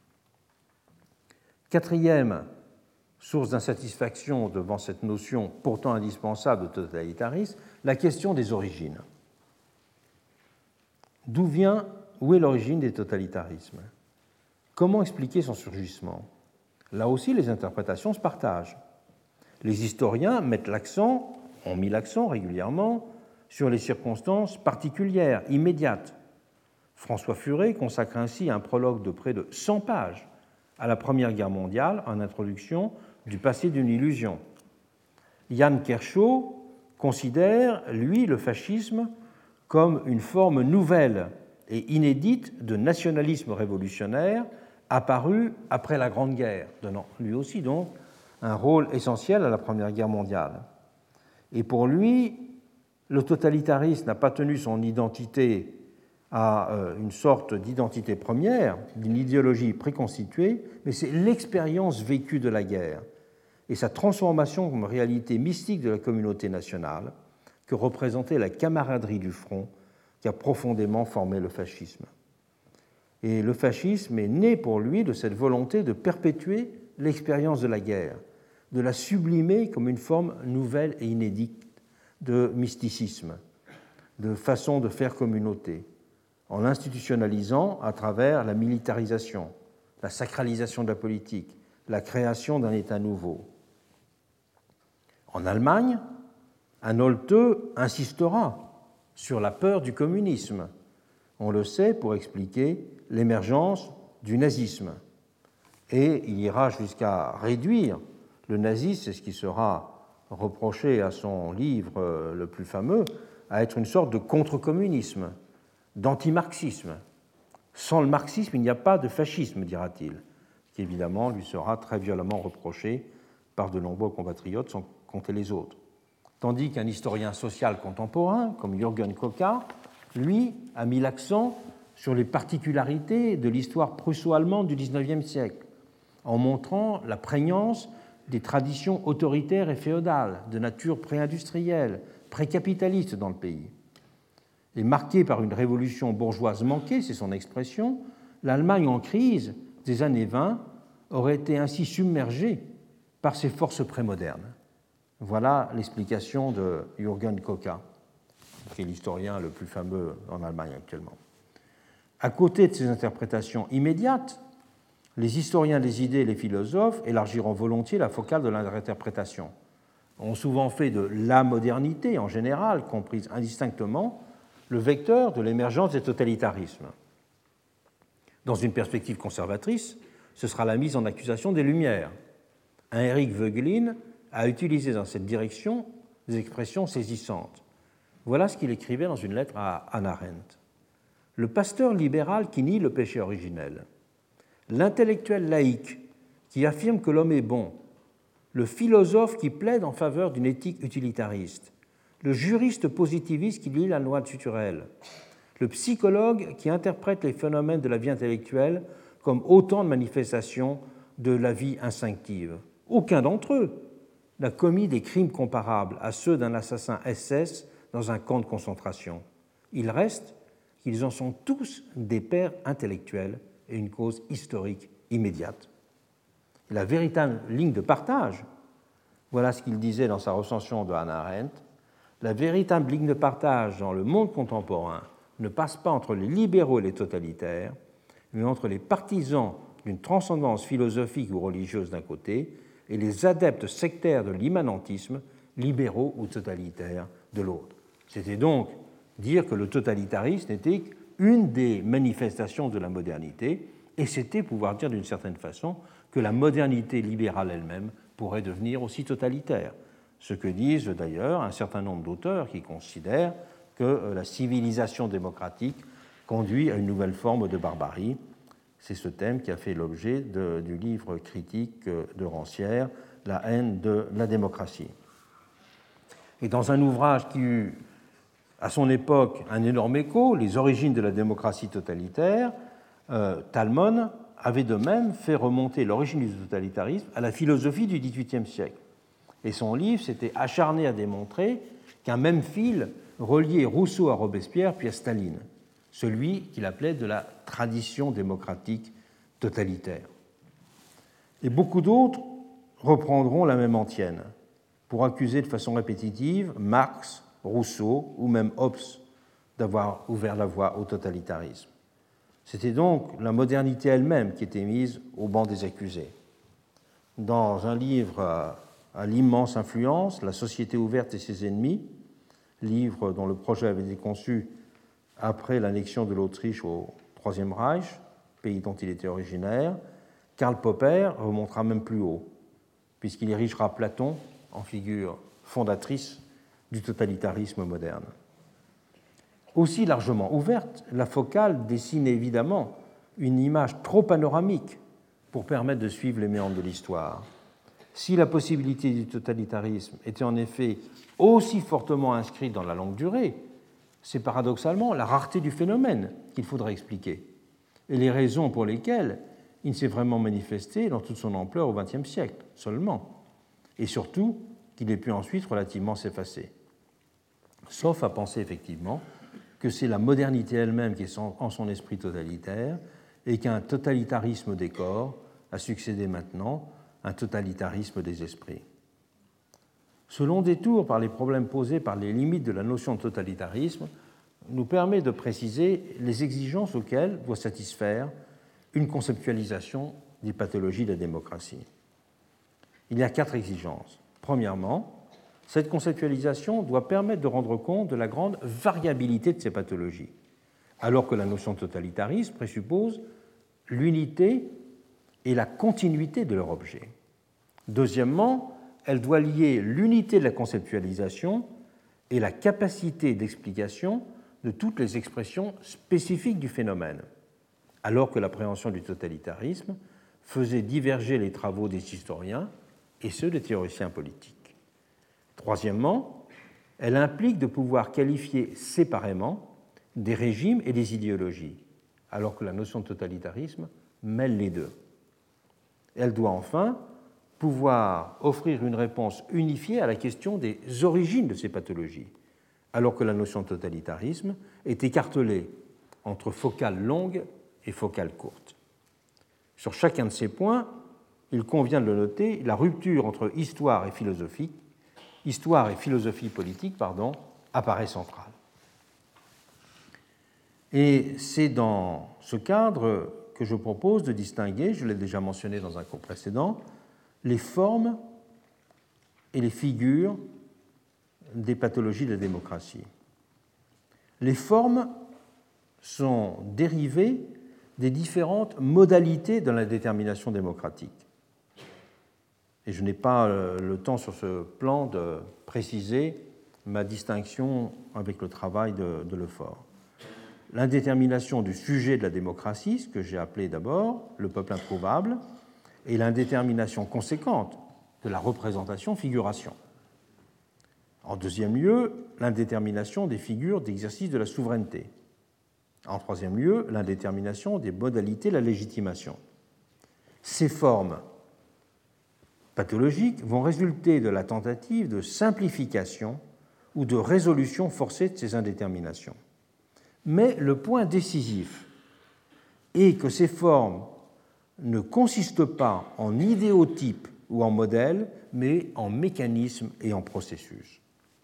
S2: Quatrième source d'insatisfaction devant cette notion pourtant indispensable de totalitarisme, la question des origines. Où est l'origine des totalitarismes? Comment expliquer son surgissement? Là aussi, les interprétations se partagent. Les historiens ont mis l'accent régulièrement sur les circonstances particulières, immédiates. François Furet consacre ainsi un prologue de près de 100 pages à la Première Guerre mondiale en introduction du passé d'une illusion. Jan Kershaw considère, lui, le fascisme comme une forme nouvelle et inédite de nationalisme révolutionnaire apparu après la Grande Guerre, donnant lui aussi donc un rôle essentiel à la Première Guerre mondiale. Et pour lui, le totalitarisme n'a pas tenu son identité à une sorte d'identité première, d'une idéologie préconstituée, mais c'est l'expérience vécue de la guerre et sa transformation comme réalité mystique de la communauté nationale que représentait la camaraderie du front qui a profondément formé le fascisme. Et le fascisme est né pour lui de cette volonté de perpétuer l'expérience de la guerre, de la sublimer comme une forme nouvelle et inédite de mysticisme, de façon de faire communauté, en l'institutionnalisant à travers la militarisation, la sacralisation de la politique, la création d'un État nouveau. En Allemagne, un Holte insistera sur la peur du communisme, on le sait, pour expliquer l'émergence du nazisme. Et il ira jusqu'à réduire le nazisme, c'est ce qui sera reproché à son livre le plus fameux, à être une sorte de contre-communisme, d'anti-marxisme. Sans le marxisme, il n'y a pas de fascisme, dira-t-il, qui évidemment lui sera très violemment reproché par de nombreux compatriotes, sans compter les autres. Tandis qu'un historien social contemporain, comme Jürgen Koka, lui, a mis l'accent sur les particularités de l'histoire prusso-allemande du XIXe siècle, en montrant la prégnance des traditions autoritaires et féodales, de nature pré-industrielle, pré-capitaliste dans le pays. Et marquée par une révolution bourgeoise manquée, c'est son expression, l'Allemagne en crise des années 20 aurait été ainsi submergée par ses forces prémodernes. Voilà l'explication de Jürgen Koka, qui est l'historien le plus fameux en Allemagne actuellement. À côté de ces interprétations immédiates, les historiens des idées et les philosophes élargiront volontiers la focale de l'interprétation. Ont souvent fait de la modernité en général, comprise indistinctement, le vecteur de l'émergence des totalitarismes. Dans une perspective conservatrice, ce sera la mise en accusation des Lumières. Heinrich Voegelin a utilisé dans cette direction des expressions saisissantes. Voilà ce qu'il écrivait dans une lettre à Hannah Arendt. Le pasteur libéral qui nie le péché originel, l'intellectuel laïque qui affirme que l'homme est bon, le philosophe qui plaide en faveur d'une éthique utilitariste, le juriste positiviste qui lit la loi naturelle, le psychologue qui interprète les phénomènes de la vie intellectuelle comme autant de manifestations de la vie instinctive. Aucun d'entre eux n'a commis des crimes comparables à ceux d'un assassin SS dans un camp de concentration. Il reste qu'ils en sont tous des pères intellectuels et une cause historique immédiate. Et la véritable ligne de partage, voilà ce qu'il disait dans sa recension de Hannah Arendt, la véritable ligne de partage dans le monde contemporain ne passe pas entre les libéraux et les totalitaires, mais entre les partisans d'une transcendance philosophique ou religieuse d'un côté et les adeptes sectaires de l'immanentisme, libéraux ou totalitaires, de l'autre. C'était donc dire que le totalitarisme n'était qu'une des manifestations de la modernité, et c'était pouvoir dire d'une certaine façon que la modernité libérale elle-même pourrait devenir aussi totalitaire. Ce que disent d'ailleurs un certain nombre d'auteurs qui considèrent que la civilisation démocratique conduit à une nouvelle forme de barbarie. C'est ce thème qui a fait l'objet du livre critique de Rancière, La haine de la démocratie. Et dans un ouvrage qui eut à son époque un énorme écho, Les origines de la démocratie totalitaire, Talmon avait de même fait remonter l'origine du totalitarisme à la philosophie du XVIIIe siècle. Et son livre s'était acharné à démontrer qu'un même fil reliait Rousseau à Robespierre puis à Staline, celui qu'il appelait de la tradition démocratique totalitaire. Et beaucoup d'autres reprendront la même antienne pour accuser de façon répétitive Marx, Rousseau ou même Hobbes d'avoir ouvert la voie au totalitarisme. C'était donc la modernité elle-même qui était mise au banc des accusés. Dans un livre à l'immense influence, La société ouverte et ses ennemis, livre dont le projet avait été conçu après l'annexion de l'Autriche au Troisième Reich, pays dont il était originaire, Karl Popper remontera même plus haut, puisqu'il érigera Platon en figure fondatrice du totalitarisme moderne. Aussi largement ouverte, la focale dessine évidemment une image trop panoramique pour permettre de suivre les méandres de l'histoire. Si la possibilité du totalitarisme était en effet aussi fortement inscrite dans la longue durée, c'est paradoxalement la rareté du phénomène qu'il faudrait expliquer, et les raisons pour lesquelles il s'est vraiment manifesté dans toute son ampleur au XXe siècle seulement. et surtout qu'il ait pu ensuite relativement s'effacer. Sauf à penser effectivement que c'est la modernité elle-même qui est en son esprit totalitaire et qu'un totalitarisme des corps a succédé maintenant à un totalitarisme des esprits. Ce long détour par les problèmes posés par les limites de la notion de totalitarisme nous permet de préciser les exigences auxquelles doit satisfaire une conceptualisation des pathologies de la démocratie. Il y a 4 exigences. Premièrement, cette conceptualisation doit permettre de rendre compte de la grande variabilité de ces pathologies, alors que la notion de totalitarisme présuppose l'unité et la continuité de leur objet. Deuxièmement, elle doit lier l'unité de la conceptualisation et la capacité d'explication de toutes les expressions spécifiques du phénomène, alors que l'appréhension du totalitarisme faisait diverger les travaux des historiens et ceux des théoriciens politiques. Troisièmement, elle implique de pouvoir qualifier séparément des régimes et des idéologies, alors que la notion de totalitarisme mêle les deux. Elle doit enfin pouvoir offrir une réponse unifiée à la question des origines de ces pathologies, alors que la notion de totalitarisme est écartelée entre focales longues et focales courtes. Sur chacun de ces points, il convient de le noter, la rupture entre histoire et philosophie politique, apparaît centrale. Et c'est dans ce cadre que je propose de distinguer, je l'ai déjà mentionné dans un cours précédent, les formes et les figures des pathologies de la démocratie. Les formes sont dérivées des différentes modalités de la détermination démocratique. Et je n'ai pas le temps sur ce plan de préciser ma distinction avec le travail de Lefort. L'indétermination du sujet de la démocratie, ce que j'ai appelé d'abord le peuple introuvable, et l'indétermination conséquente de la représentation-figuration. En deuxième lieu, l'indétermination des figures d'exercice de la souveraineté. En troisième lieu, l'indétermination des modalités de la légitimation. Ces formes pathologiques vont résulter de la tentative de simplification ou de résolution forcée de ces indéterminations. Mais le point décisif est que ces formes ne consistent pas en idéotypes ou en modèles, mais en mécanismes et en processus.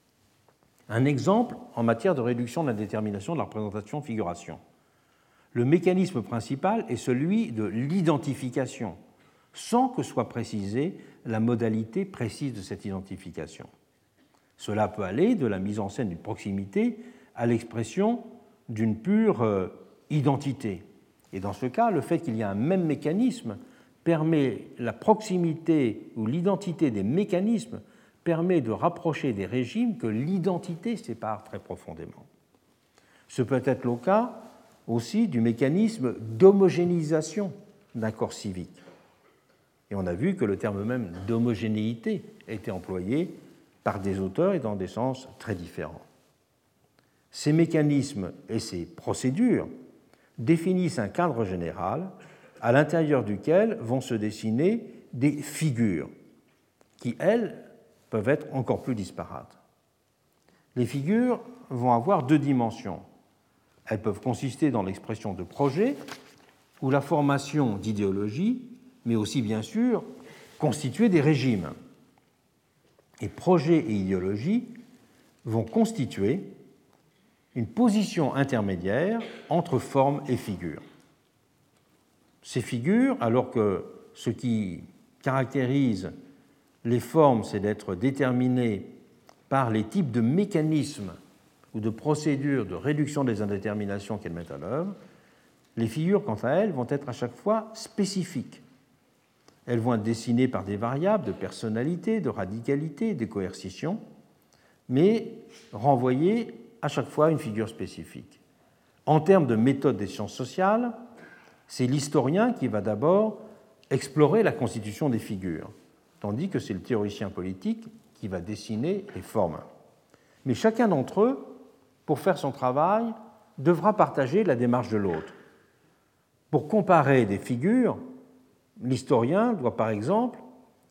S2: Un exemple en matière de réduction de l'indétermination de la représentation-figuration. Le mécanisme principal est celui de l'identification, sans que soit précisée la modalité précise de cette identification. Cela peut aller de la mise en scène d'une proximité à l'expression d'une pure identité. Et dans ce cas, le fait qu'il y a un même mécanisme permet la proximité ou l'identité des mécanismes permet de rapprocher des régimes que l'identité sépare très profondément. Ce peut être le cas aussi du mécanisme d'homogénéisation d'un corps civique. Et on a vu que le terme même d'homogénéité était employé par des auteurs et dans des sens très différents. Ces mécanismes et ces procédures définissent un cadre général à l'intérieur duquel vont se dessiner des figures qui, elles, peuvent être encore plus disparates. Les figures vont avoir 2 dimensions. Elles peuvent consister dans l'expression de projets ou la formation d'idéologies, mais aussi, bien sûr, constituer des régimes. Et projets et idéologies vont constituer une position intermédiaire entre forme et figure. Ces figures, alors que ce qui caractérise les formes, c'est d'être déterminées par les types de mécanismes ou de procédures de réduction des indéterminations qu'elles mettent à l'œuvre, les figures, quant à elles, vont être à chaque fois spécifiques. Elles vont être dessinées par des variables de personnalité, de radicalité, de coercition, mais renvoyer à chaque fois une figure spécifique. En termes de méthode des sciences sociales, c'est l'historien qui va d'abord explorer la constitution des figures, tandis que c'est le théoricien politique qui va dessiner les formes. Mais chacun d'entre eux, pour faire son travail, devra partager la démarche de l'autre. Pour comparer des figures, l'historien doit par exemple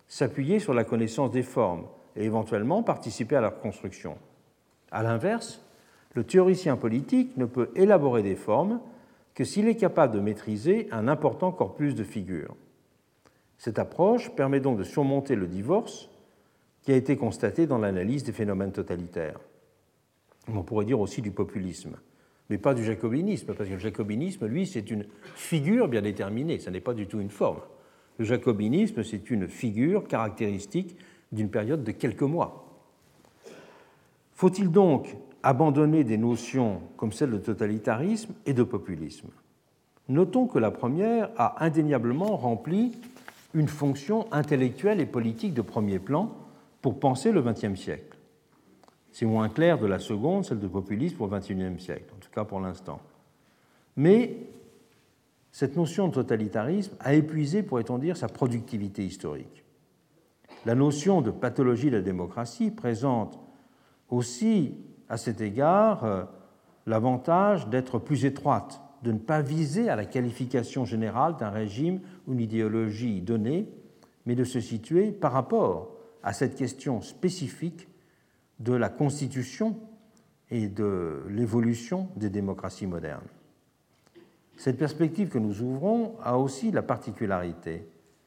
S2: s'appuyer sur la connaissance des formes et éventuellement participer à leur construction. À l'inverse, le théoricien politique ne peut élaborer des formes que s'il est capable de maîtriser un important corpus de figures. Cette approche permet donc de surmonter le divorce qui a été constaté dans l'analyse des phénomènes totalitaires. On pourrait dire aussi du populisme, mais pas du jacobinisme, parce que le jacobinisme, lui, c'est une figure bien déterminée, ce n'est pas du tout une forme. Le jacobinisme, c'est une figure caractéristique d'une période de quelques mois. Faut-il donc abandonner des notions comme celles de totalitarisme et de populisme? Notons que la première a indéniablement rempli une fonction intellectuelle et politique de premier plan pour penser le XXe siècle. C'est moins clair de la seconde, celle de populisme, pour le XXIe siècle, en tout cas pour l'instant. Mais cette notion de totalitarisme a épuisé, pourrait-on dire, sa productivité historique. La notion de pathologie de la démocratie présente aussi, à cet égard, l'avantage d'être plus étroite, de ne pas viser à la qualification générale d'un régime ou une idéologie donnée, mais de se situer par rapport à cette question spécifique de la constitution et de l'évolution des démocraties modernes. Cette perspective que nous ouvrons a aussi la particularité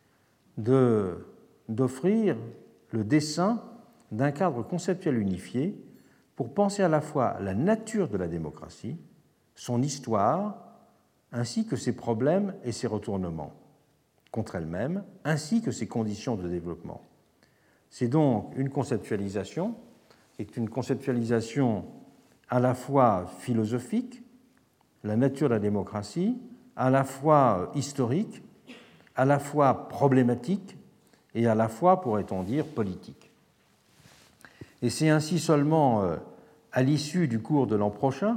S2: d'offrir le dessin d'un cadre conceptuel unifié pour penser à la fois la nature de la démocratie, son histoire, ainsi que ses problèmes et ses retournements contre elle-même, ainsi que ses conditions de développement. C'est donc une conceptualisation qui est une conceptualisation à la fois philosophique, la nature de la démocratie, à la fois historique, à la fois problématique et à la fois, pourrait-on dire, politique. Et c'est ainsi seulement à l'issue du cours de l'an prochain,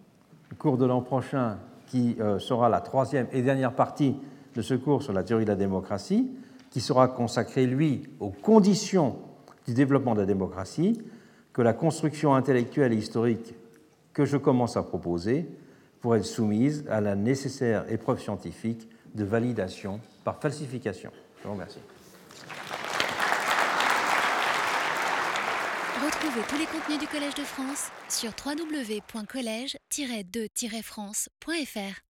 S2: qui sera la troisième et dernière partie de ce cours sur la théorie de la démocratie, qui sera consacré, lui, aux conditions du développement de la démocratie, que la construction intellectuelle et historique que je commence à proposer pourrait être soumise à la nécessaire épreuve scientifique de validation par falsification. Je vous remercie.
S1: Retrouvez tous les contenus du Collège de France sur www.collège-2-france.fr.